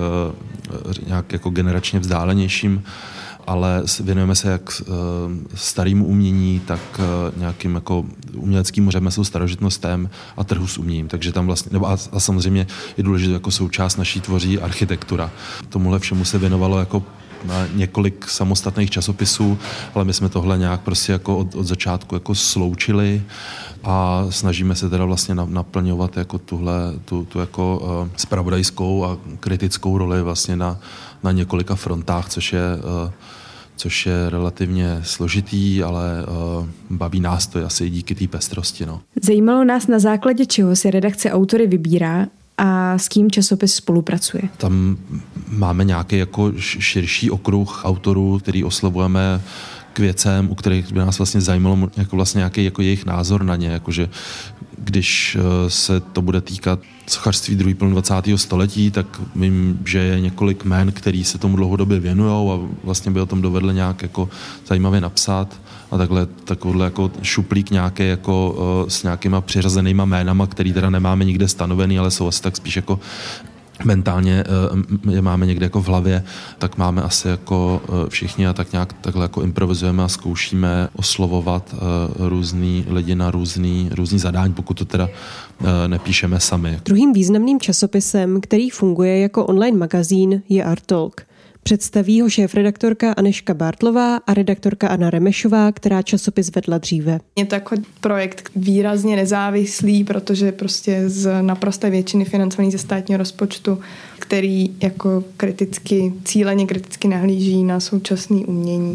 S11: nějak jako generačně vzdálenějším, ale věnujeme se jak starému umění, tak nějakým jako uměleckému řemeslu, starožitnostem a trhu s uměním. Takže tam vlastně, nebo a, a samozřejmě je důležité jako součást naší tvoří architektura. Tomuhle všemu se věnovalo jako na několik samostatných časopisů, ale my jsme tohle nějak prostě jako od, od začátku jako sloučili a snažíme se teda vlastně naplňovat jako tuhle, tu, tu jako uh, zpravodajskou a kritickou roli vlastně na, na několika frontách, což je, uh, což je relativně složitý, ale uh, baví nás to asi i díky té pestrosti. No.
S2: Zajímalo nás, na základě čeho se redakce autory vybírá a s kým časopis spolupracuje.
S11: Tam máme nějaký jako širší okruh autorů, který oslovujeme k věcem, u kterých by nás vlastně zajímalo jako vlastně nějaký jako jejich názor na ně, jakože když se to bude týkat sochařství druhé poloviny dvacátého století, tak vím, že je několik jmen, který se tomu dlouhodobě věnujou a vlastně by o tom dovedli nějak jako zajímavě napsat. A takhle takovýhle jako šuplík nějaký jako uh, s nějakýma přiřazenýma jménama, který teda nemáme nikde stanovený, ale jsou asi tak spíš jako mentálně uh, je máme někde jako v hlavě, tak máme asi jako uh, všichni a tak nějak takhle jako improvizujeme a zkoušíme oslovovat uh, různý lidi na různý, různý zadání, pokud to teda uh, nepíšeme sami.
S4: Druhým významným časopisem, který funguje jako online magazín, je Art Talk. Představí ho šéfredaktorka Anežka Bartlová a redaktorka Anna Remešová, která časopis vedla dříve.
S6: Je to jako projekt výrazně nezávislý, protože prostě z naprosté většiny financovaný ze státního rozpočtu, který jako kriticky, cíleně kriticky nahlíží na současné umění,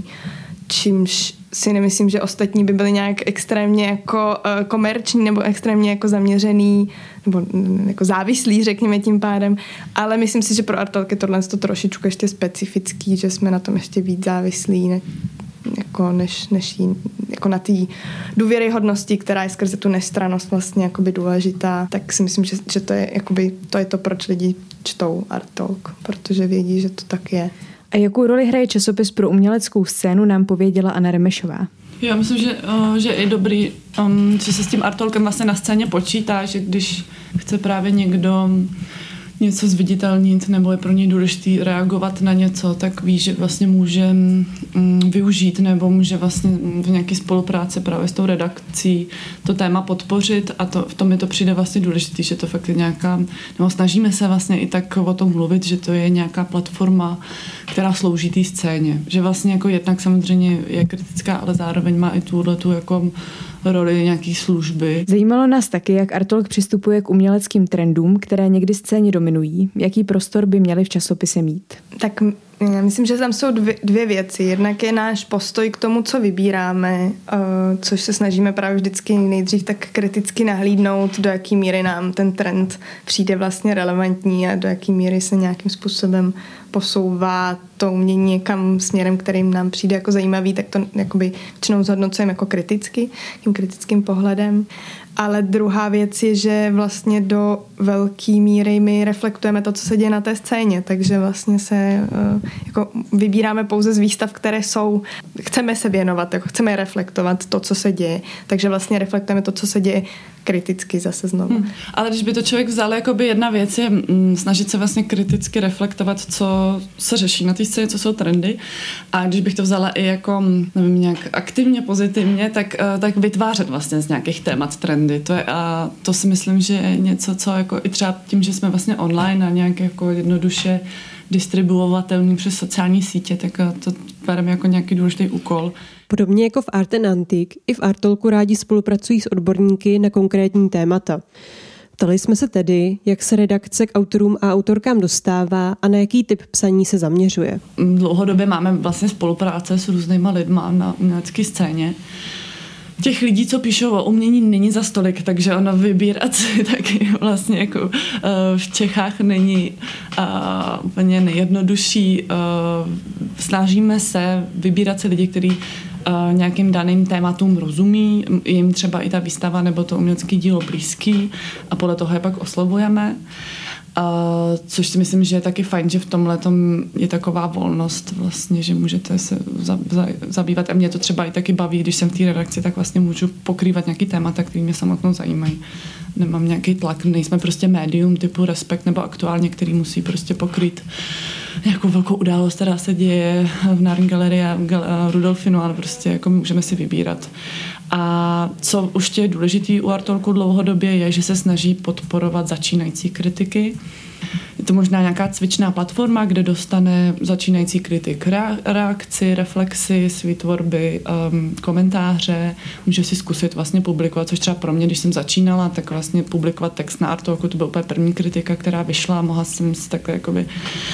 S6: čímž si nemyslím, že ostatní by byly nějak extrémně jako uh, komerční nebo extrémně jako zaměřený nebo jako závislý, řekněme tím pádem, ale myslím si, že pro Art Talk je tohle to trošičku ještě specifický, že jsme na tom ještě víc závislí ne, jako než, než jí, jako na té důvěryhodnosti, která je skrze tu nestrannost vlastně jakoby důležitá, tak si myslím, že, že to je jakoby, to je to, proč lidi čtou Art Talk, protože vědí, že to tak je.
S2: A jakou roli hraje časopis pro uměleckou scénu, nám pověděla Anna Remešová.
S5: Já myslím, že, uh, že je dobrý, um, že se s tím Art Talkem vlastně na scéně počítá, že když chce právě někdo něco zviditelnit nebo je pro něj důležitý reagovat na něco, tak ví, že vlastně může um, využít nebo může vlastně v nějaké spolupráci právě s tou redakcí to téma podpořit a to, v tom mi to přijde vlastně důležitý, že to fakt je nějaká, nebo snažíme se vlastně i tak o tom mluvit, že to je nějaká platforma, která slouží té scéně. Že vlastně jako jednak samozřejmě je kritická, ale zároveň má i tuhletu jako roli nějaký služby.
S2: Zajímalo nás taky, jak Art Talk přistupuje k uměleckým trendům, které někdy scéně dominují. Jaký prostor by měli v časopise mít?
S6: Tak já myslím, že tam jsou dvě, dvě věci. Jednak je náš postoj k tomu, co vybíráme, což se snažíme právě vždycky nejdřív tak kriticky nahlídnout, do jaký míry nám ten trend přijde vlastně relevantní a do jaký míry se nějakým způsobem posouvá to umění někam směrem, kterým nám přijde jako zajímavý, tak to jakoby většinou zhodnocujeme jako kriticky, tím kritickým pohledem. Ale druhá věc je, že vlastně do velké míry my reflektujeme to, co se děje na té scéně, takže vlastně se jako vybíráme pouze z výstav, které jsou, chceme se věnovat, jako chceme reflektovat to, co se děje, takže vlastně reflektujeme to, co se děje kriticky zase znovu. Hmm.
S5: Ale když by to člověk vzal, jakoby jedna věc je mm, snažit se vlastně kriticky reflektovat, co se řeší na té scéně, co jsou trendy, a když bych to vzala i jako, nevím, nějak aktivně, pozitivně, tak, uh, tak vytvářet vlastně z nějakých témat trendy. To je, a to si myslím, že je něco, co jako i třeba tím, že jsme vlastně online a nějak jako jednoduše distribuovatelný přes sociální sítě, tak to bereme jako nějaký důležitý úkol.
S4: Podobně jako v Art and Antique, i v Artolku rádi spolupracují s odborníky na konkrétní témata. Ptali jsme se tedy, jak se redakce k autorům a autorkám dostává a na jaký typ psaní se zaměřuje.
S5: Dlouhodobě máme vlastně spolupráce s různýma lidma na umělecké scéně. Těch lidí, co píšou o umění, není za stolik, takže ono vybírat si taky vlastně jako uh, v Čechách není uh, úplně nejjednodušší. Uh, snažíme se vybírat si lidi, kteří uh, nějakým daným tématům rozumí, jim třeba i ta výstava nebo to umělecké dílo blízký a podle toho je pak oslovujeme. Uh, což si myslím, že je taky fajn, že v tomhletom je taková volnost vlastně, že můžete se za, za, zabývat. A mě to třeba i taky baví, když jsem v té redakci, tak vlastně můžu pokrývat nějaký témata, které mě samotnou zajímají. Nemám nějaký tlak, nejsme prostě médium typu Respekt nebo Aktuálně, který musí prostě pokrýt nějakou velkou událost, která se děje v Národní galerii a Rudolfinu, ale prostě jako můžeme si vybírat. A co už je důležitý u Artolku dlouhodobě je, že se snaží podporovat začínající kritiky. Je to možná nějaká cvičná platforma, kde dostane začínající kritik reakci, reflexy, svý tvorby, um, komentáře. Může si zkusit vlastně publikovat, což třeba pro mě, když jsem začínala, tak vlastně publikovat text na Artolku, to byla úplně první kritika, která vyšla a mohla jsem si takhle jakoby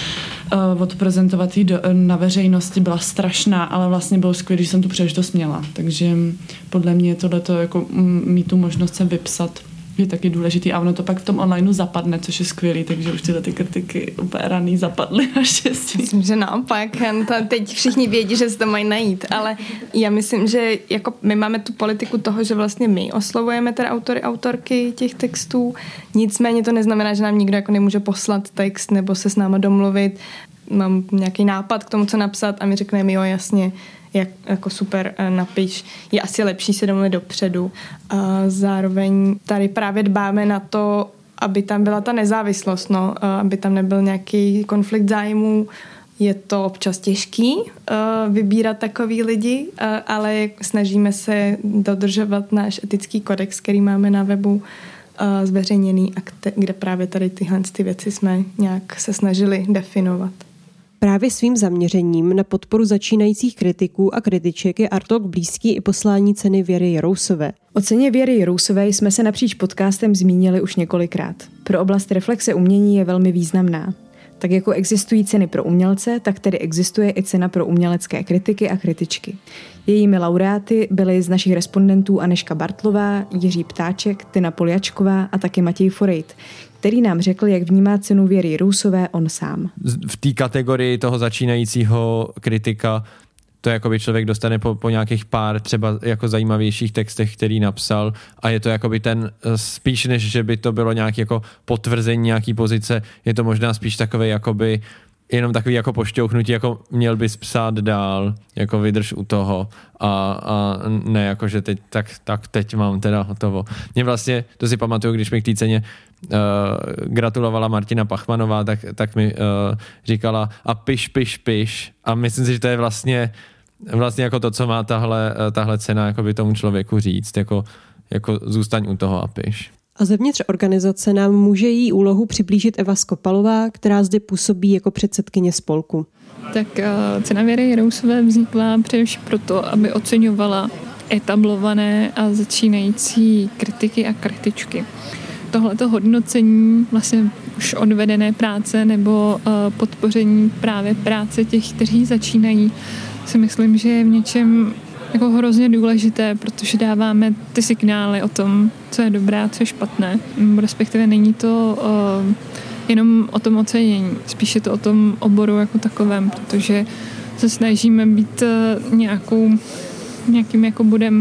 S5: Uh, odprezentovat jí do, na veřejnosti, byla strašná, ale vlastně bylo skvělé, že jsem tu příležitost měla. Takže podle mě tohleto jako m, mít tu možnost se vypsat je taky důležitý a ono to pak v tom onlineu zapadne, což je skvělý, takže už tyhle ty kritiky úplně raný zapadly naštěstí.
S6: Myslím, že naopak, teď všichni vědí, že se to mají najít, ale já myslím, že jako my máme tu politiku toho, že vlastně my oslovujeme teda autory, autorky těch textů, nicméně to neznamená, že nám nikdo jako nemůže poslat text nebo se s náma domluvit. Mám nějaký nápad k tomu, co napsat a my řekneme, jo, jasně, jak, jako super, napiš. Je asi lepší se domluvit dopředu. A zároveň tady právě dbáme na to, aby tam byla ta nezávislost, no, aby tam nebyl nějaký konflikt zájmů. Je to občas těžký uh, vybírat takový lidi, uh, ale snažíme se dodržovat náš etický kodex, který máme na webu uh, zveřejněný, a kte- kde právě tady tyhle ty věci jsme nějak se snažili definovat.
S4: Právě svým zaměřením na podporu začínajících kritiků a kritiček je Artolk blízký i poslání ceny Věry Jirousové.
S2: O ceně Věry Jirousové jsme se napříč podcastem zmínili už několikrát. Pro oblast reflexe umění je velmi významná. Tak jako existují ceny pro umělce, tak tedy existuje i cena pro umělecké kritiky a kritičky. Jejími laureáty byly z našich respondentů Anežka Bartlová, Jiří Ptáček, Tina Poljačková a taky Matěj Forejt, který nám řekl, jak vnímá cenu Věry Jirousové on sám.
S7: V té kategorii toho začínajícího kritika to jakoby člověk dostane po, po nějakých pár třeba jako zajímavějších textech, který napsal, a je to jakoby ten spíš, než že by to bylo nějaký jako potvrzení nějaký pozice, je to možná spíš takový jakoby jenom takový jako pošťouchnutí, jako měl bys psát dál, jako vydrž u toho a, a ne jako, že teď, tak, tak teď mám teda hotovo. Mě vlastně, to si pamatuju, když mi k té ceně uh, gratulovala Martina Pachmanová, tak, tak mi uh, říkala a piš, piš, piš, a myslím si, že to je vlastně vlastně jako to, co má tahle, tahle cena jakoby tomu člověku říct, jako, jako zůstaň u toho a piš.
S4: A zevnitř organizace nám může její úlohu přiblížit Eva Skopalová, která zde působí jako předsedkyně spolku.
S12: Tak cena Věry Jirousové vznikla především proto, aby oceňovala etablované a začínající kritiky a kritičky. Tohleto hodnocení vlastně už odvedené práce nebo podpoření právě práce těch, kteří začínají, si myslím, že je v něčem jako hrozně důležité, protože dáváme ty signály o tom, co je dobré a co je špatné. Respektive není to uh, jenom o tom ocenění, spíš je to o tom oboru jako takovém, protože se snažíme být uh, nějakou, nějakým jako bodem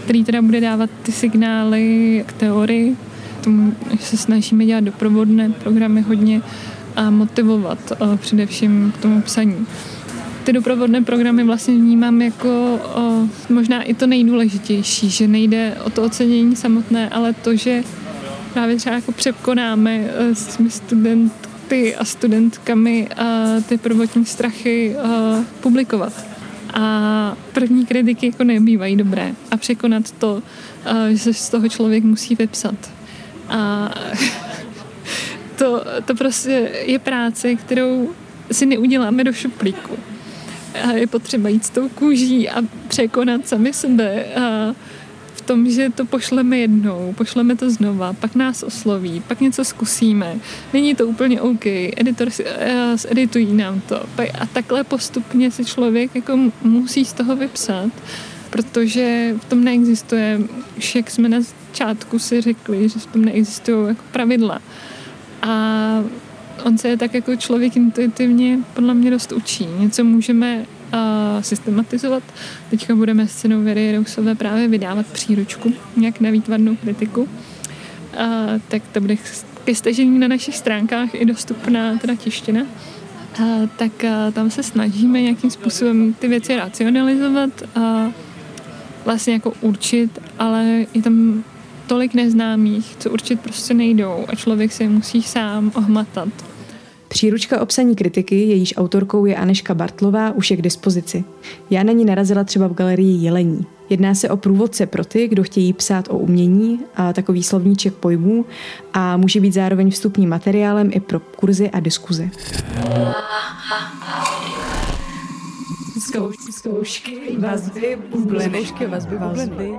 S12: který teda bude dávat ty signály k teorii. Tomu se snažíme dělat doprovodné programy hodně a motivovat uh, především k tomu psaní. Ty doprovodné programy vlastně vnímám jako uh, možná i to nejdůležitější, že nejde o to ocenění samotné, ale to, že právě třeba jako překonáme uh, s těmi studenty a studentkami uh, ty prvotní strachy uh, publikovat. A první kritiky jako nebývají dobré. A překonat to, uh, že se z toho člověk musí vypsat. A to, to prostě je práce, kterou si neuděláme do šuplíku. A je potřeba jít s tou kůží a překonat sami sebe a v tom, že to pošleme jednou, pošleme to znova, pak nás osloví, pak něco zkusíme. Není to úplně OK, editor si, uh, editují nám to. A takhle postupně si člověk jako musí z toho vypsat, protože v tom neexistuje, už jak jsme na začátku si řekli, že v tom neexistují jako pravidla. A on se je tak jako člověk intuitivně podle mě dost učí. Něco můžeme uh, systematizovat. Teďka budeme s cenou Věry Rousové právě vydávat příručku nějak na výtvarnou kritiku. Uh, tak to bude ke stažení na našich stránkách i dostupná teda tištěna. Uh, tak uh, tam se snažíme nějakým způsobem ty věci racionalizovat a vlastně jako určit, ale je tam tolik neznámých, co určit prostě nejdou a člověk se musí sám ohmatat.
S2: Příručka o psaní kritiky, jejíž autorkou je Anežka Bartlová, už je k dispozici. Já na ní narazila třeba v galerii Jelení. Jedná se o průvodce pro ty, kdo chtějí psát o umění, a takový slovníček pojmů a může být zároveň vstupním materiálem i pro kurzy a diskuze.
S4: Zkoušky, zkoušky, vazby, bubliny. Vazby, vazby.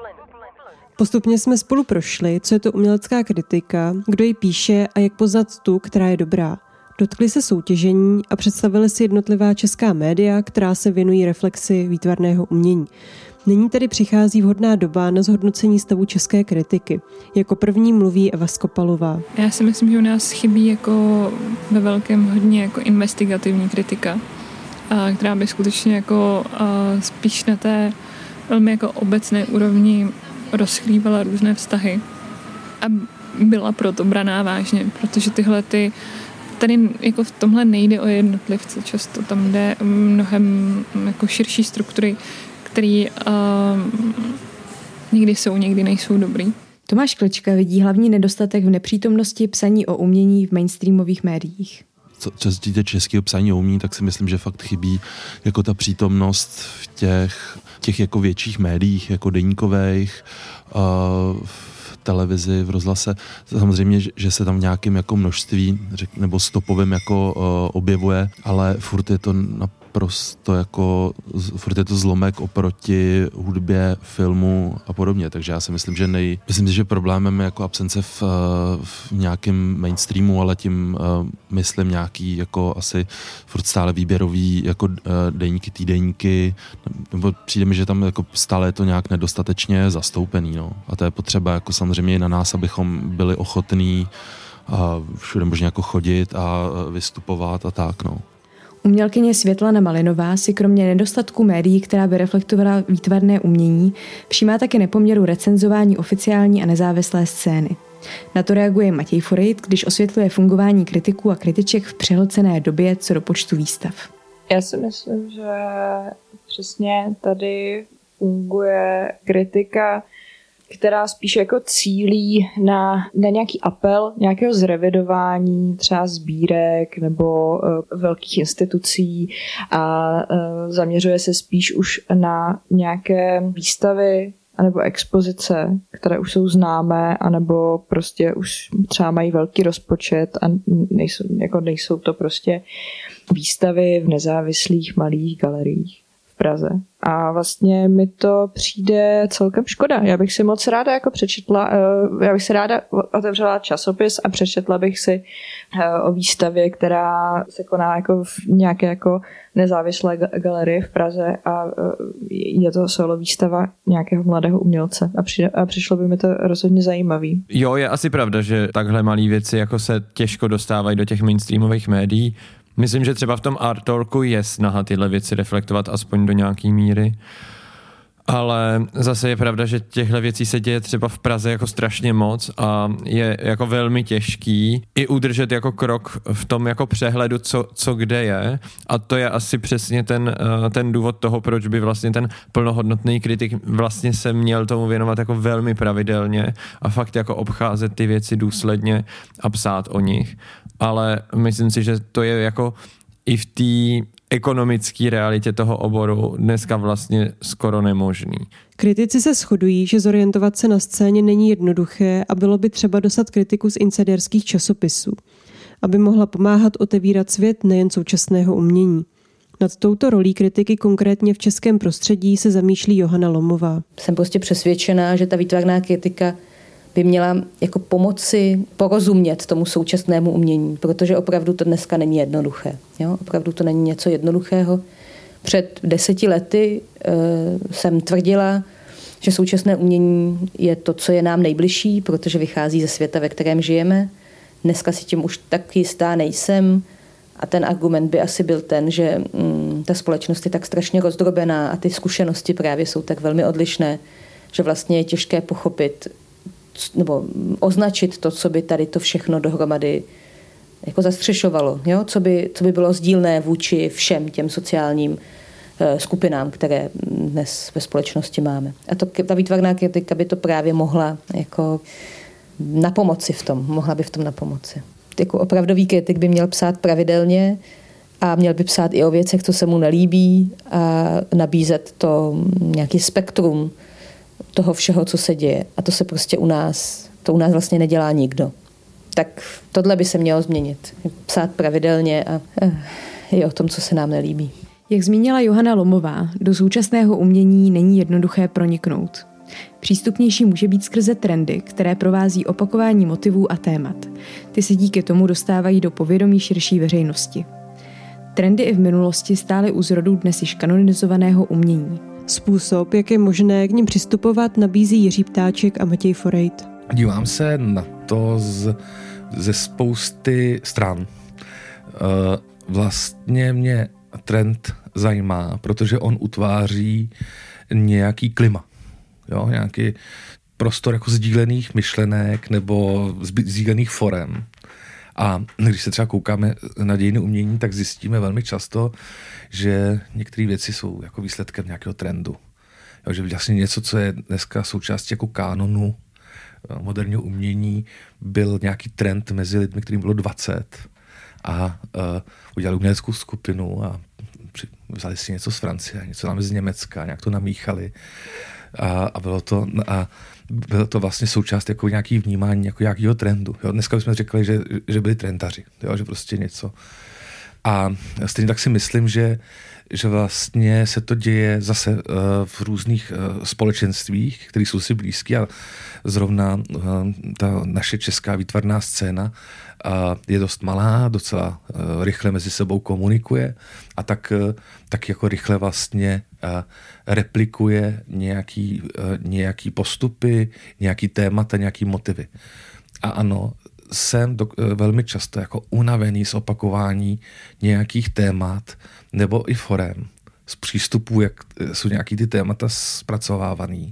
S4: Postupně jsme spolu prošli, co je to umělecká kritika, kdo ji píše a jak poznat tu, která je dobrá. Dotkli se soutěžení a představili si jednotlivá česká média, která se věnují reflexi výtvarného umění. Nyní tedy přichází vhodná doba na zhodnocení stavu české kritiky. Jako první mluví Eva Skopalová.
S12: Já si myslím, že u nás chybí jako ve velkém hodně jako investigativní kritika, a která by skutečně jako spíš na té velmi jako obecné úrovni rozchrývala různé vztahy a byla proto braná vážně, protože tyhle ty tady jako v tomhle nejde o jednotlivce často, tam jde mnohem jako širší struktury, které uh, někdy jsou, někdy nejsou dobrý.
S2: Tomáš Klička vidí hlavní nedostatek v nepřítomnosti psaní o umění v mainstreamových médiích.
S11: Co se týče českého psaní o umění, tak si myslím, že fakt chybí jako ta přítomnost v těch, těch jako větších médiích, jako deníkových, uh, v televizi, v rozhlase. Samozřejmě, že se tam v nějakém jako množství řek, nebo stopovém jako uh, objevuje, ale furt je to naprosto jako, furt je to zlomek oproti hudbě, filmu a podobně. Takže já si myslím, že nej, myslím si, že problémem je jako absence v, v nějakém mainstreamu, ale tím uh, myslím nějaký jako asi furt stále výběrový jako uh, deníky, týdeníky, nebo přijde mi, že tam jako stále je to nějak nedostatečně zastoupený, no. A to je potřeba jako samozřejmě i na nás, abychom byli ochotní a všude možná jako chodit a vystupovat a tak, no.
S2: Umělkyně Světlana Malinová si kromě nedostatku médií, která by reflektovala výtvarné umění, všímá také nepoměru recenzování oficiální a nezávislé scény. Na to reaguje Matěj Forejt, když osvětluje fungování kritiků a kritiček v přehlcené době co do počtu výstav.
S13: Já si myslím, že přesně tady funguje kritika, která spíš jako cílí na, na nějaký apel, nějakého zrevidování třeba sbírek nebo uh, velkých institucí a uh, zaměřuje se spíš už na nějaké výstavy anebo expozice, které už jsou známé, anebo prostě už třeba mají velký rozpočet a nejsou, jako nejsou to prostě výstavy v nezávislých malých galeriích v Praze. A vlastně mi to přijde celkem škoda. Já bych si moc ráda jako přečetla, já bych si ráda otevřela časopis a přečetla bych si o výstavě, která se koná jako v nějaké jako nezávislé galerii v Praze a je to solo výstava nějakého mladého umělce a, přijde, a přišlo by mi to rozhodně zajímavý.
S7: Jo, je asi pravda, že takhle malé věci jako se těžko dostávají do těch mainstreamových médií. Myslím, že třeba v tom Art Talku je snaha tyhle věci reflektovat aspoň do nějaký míry. Ale zase je pravda, že těchto věcí se děje třeba v Praze jako strašně moc a je jako velmi těžký i udržet jako krok v tom jako přehledu, co, co kde je, a to je asi přesně ten, ten důvod toho, proč by vlastně ten plnohodnotný kritik vlastně se měl tomu věnovat jako velmi pravidelně a fakt jako obcházet ty věci důsledně a psát o nich. Ale myslím si, že to je jako i v té ekonomické realitě toho oboru dneska vlastně skoro nemožný.
S4: Kritici se shodují, že zorientovat se na scéně není jednoduché a bylo by třeba dostat kritiku z insiderských časopisů, aby mohla pomáhat otevírat svět nejen současného umění. Nad touto rolí kritiky konkrétně v českém prostředí se zamýšlí Johana Lomová.
S8: Jsem prostě přesvědčená, že ta výtvarná kritika by měla jako pomoci porozumět tomu současnému umění, protože opravdu to dneska není jednoduché. Jo? Opravdu to není něco jednoduchého. Před deseti lety e, jsem tvrdila, že současné umění je to, co je nám nejbližší, protože vychází ze světa, ve kterém žijeme. Dneska si tím už tak jistá nejsem a ten argument by asi byl ten, že mm, ta společnost je tak strašně rozdrobená a ty zkušenosti právě jsou tak velmi odlišné, že vlastně je těžké pochopit nebo označit to, co by tady to všechno dohromady jako zastřešovalo, jo? Co by, co by bylo sdílné vůči všem těm sociálním uh, skupinám, které dnes ve společnosti máme. A to, ta výtvarná kritika by to právě mohla jako napomoci v tom, mohla by v tom napomoci. Jako opravdový kritik by měl psát pravidelně a měl by psát i o věcech, co se mu nelíbí a nabízet to nějaký spektrum toho všeho, co se děje. A to se prostě u nás, to u nás vlastně nedělá nikdo. Tak tohle by se mělo změnit. Psát pravidelně a je o tom, co se nám nelíbí.
S2: Jak zmínila Johana Lomová, do současného umění není jednoduché proniknout. Přístupnější může být skrze trendy, které provází opakování motivů a témat. Ty se díky tomu dostávají do povědomí širší veřejnosti. Trendy i v minulosti stály u zrodu dnes již kanonizovaného umění.
S4: Způsob, jak je možné k nim přistupovat, nabízí Jiří Ptáček a Matěj Forejt.
S9: Dívám se na to z, ze spousty stran. Vlastně mě trend zajímá, protože on utváří nějaký klima. Jo? Nějaký prostor jako sdílených myšlenek nebo sdílených forem. A když se třeba koukáme na dějiny umění, tak zjistíme velmi často, že některé věci jsou jako výsledkem nějakého trendu. Jo, že vlastně něco, co je dneska součástí jako kánonu moderního umění, byl nějaký trend mezi lidmi, kterým bylo dvacet a uh, udělali uměleckou skupinu a při, vzali si něco z Francie, něco nám z Německa, nějak to namíchali a, a bylo to... A, bylo to vlastně součást jako nějaký vnímání jako nějakého trendu. Jo? Dneska bychom řekli, že, že byli trendaři, jo? Že prostě něco. A stejně tak si myslím, že, že vlastně se to děje zase uh, v různých uh, společenstvích, které jsou si blízké a zrovna uh, ta naše česká výtvarná scéna uh, je dost malá, docela uh, rychle mezi sebou komunikuje a tak, uh, tak jako rychle vlastně uh, replikuje nějaký, uh, nějaký postupy, nějaký témata, nějaký motivy. A ano, jsem do, velmi často jako unavený z opakování nějakých témat nebo i forem, z přístupů, jak jsou nějaký ty témata zpracovávaný,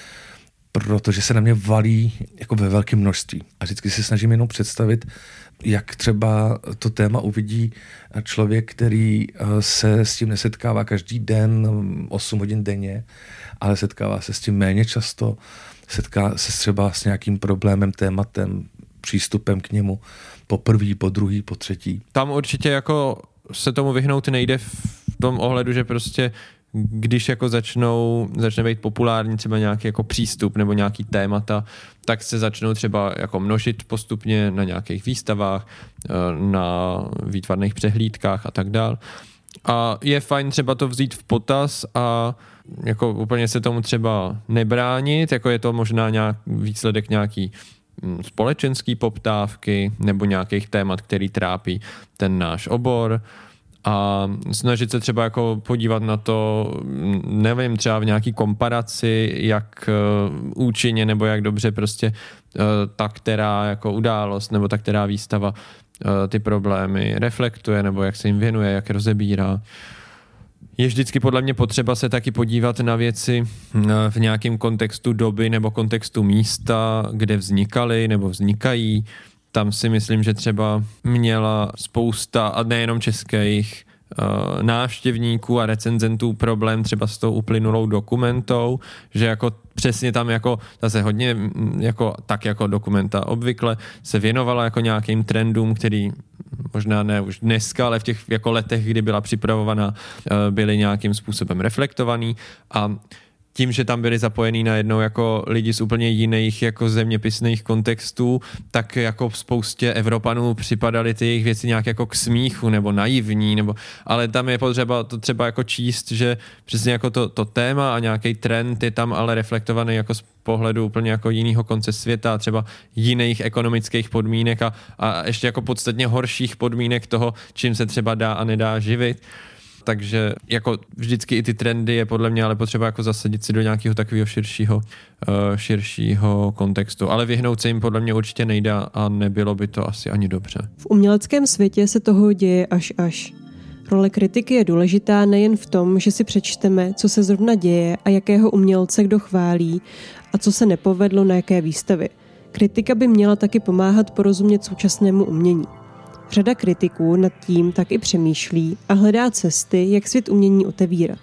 S9: protože se na mě valí jako ve velkém množství. A vždycky si snažím jenom představit, jak třeba to téma uvidí člověk, který se s tím nesetkává každý den, osm hodin denně, ale setkává se s tím méně často, setká se třeba s nějakým problémem, tématem, přístupem k němu po prvý, po druhý, po třetí.
S7: Tam určitě jako se tomu vyhnout nejde v tom ohledu, že prostě když jako začnou, začne být populární třeba nějaký jako přístup nebo nějaký témata, tak se začnou třeba jako množit postupně na nějakých výstavách, na výtvarných přehlídkách a tak dál. A je fajn třeba to vzít v potaz a jako úplně se tomu třeba nebránit, jako je to možná nějak výsledek nějaký společenský poptávky nebo nějakých témat, který trápí ten náš obor a snažit se třeba jako podívat na to, nevím, třeba v nějaký komparaci, jak účinně nebo jak dobře prostě ta která jako událost nebo ta která výstava ty problémy reflektuje nebo jak se jim věnuje, jak rozebírá. je vždycky podle mě potřeba se taky podívat na věci v nějakém kontextu doby nebo kontextu místa, kde vznikaly nebo vznikají. Tam si myslím, že třeba měla spousta, a nejenom českých, návštěvníků a recenzentů problém třeba s tou uplynulou dokumentou, že jako přesně tam jako zase hodně jako, tak jako dokumenta obvykle se věnovala jako nějakým trendům, který možná ne už dneska, ale v těch jako letech, kdy byla připravovaná, byly nějakým způsobem reflektovaný a tím, že tam byli zapojení najednou jako lidi z úplně jiných jako zeměpisných kontextů, tak jako spoustě Evropanů připadaly ty jejich věci nějak jako k smíchu nebo naivní, nebo, ale tam je potřeba to třeba jako číst, že přesně jako to, to téma a nějaký trend je tam ale reflektovaný jako z pohledu úplně jako jiného konce světa, třeba jiných ekonomických podmínek a, a ještě jako podstatně horších podmínek toho, čím se třeba dá a nedá živit. Takže jako vždycky i ty trendy je podle mě ale potřeba jako zasadit si do nějakého takového širšího, uh, širšího kontextu. Ale vyhnout se jim podle mě určitě nejde a nebylo by to asi ani dobře.
S4: V uměleckém světě se toho děje až až. Role kritiky je důležitá nejen v tom, že si přečteme, co se zrovna děje a jakého umělce kdo chválí a co se nepovedlo na jaké výstavě. Kritika by měla taky pomáhat porozumět současnému umění. Řada kritiků nad tím tak i přemýšlí a hledá cesty, jak svět umění otevírat.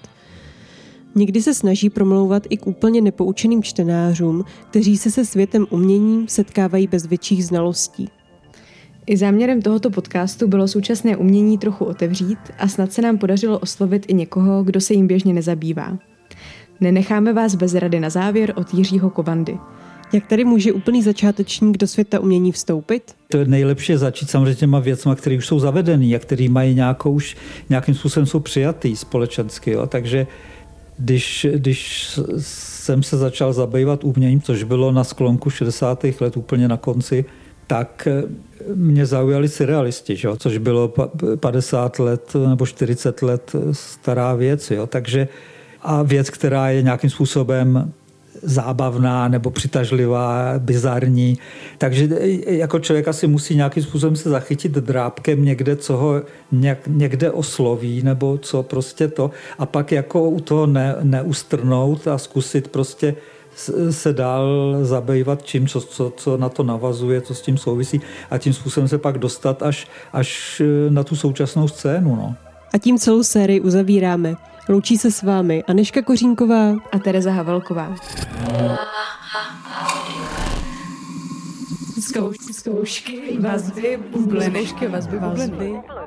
S4: Někdy se snaží promlouvat i k úplně nepoučeným čtenářům, kteří se se světem umění setkávají bez větších znalostí.
S2: I záměrem tohoto podcastu bylo současné umění trochu otevřít a snad se nám podařilo oslovit i někoho, kdo se jim běžně nezabývá. Nenecháme vás bez rady na závěr od Jiřího Kovandy.
S4: Jak tady může úplný začátečník do světa umění vstoupit?
S14: To je nejlepší začít samozřejmě těma věcma, které už jsou zavedený a které mají nějakou už nějakým způsobem jsou přijatý společensky. Jo? Takže když, když jsem se začal zabývat uměním, což bylo na sklonku šedesátých let úplně na konci, tak mě zaujali surrealisti, že? Což bylo padesát let nebo čtyřicet let stará věc. Jo? Takže, a věc, která je nějakým způsobem zábavná nebo přitažlivá, bizarní. Takže jako člověk asi musí nějakým způsobem se zachytit drápkem někde, co ho někde osloví, nebo co prostě to. A pak jako u toho ne, neustrnout a zkusit prostě se dál zabývat čím, co, co, co na to navazuje, co s tím souvisí a tím způsobem se pak dostat až, až na tu současnou scénu. No.
S4: A tím celou sérii uzavíráme. Loučí se s vámi Anežka Kořínková
S2: a Tereza Havelková.
S1: Zkoušky, zkoušky, vazby, bublenešky, vazby, vazby.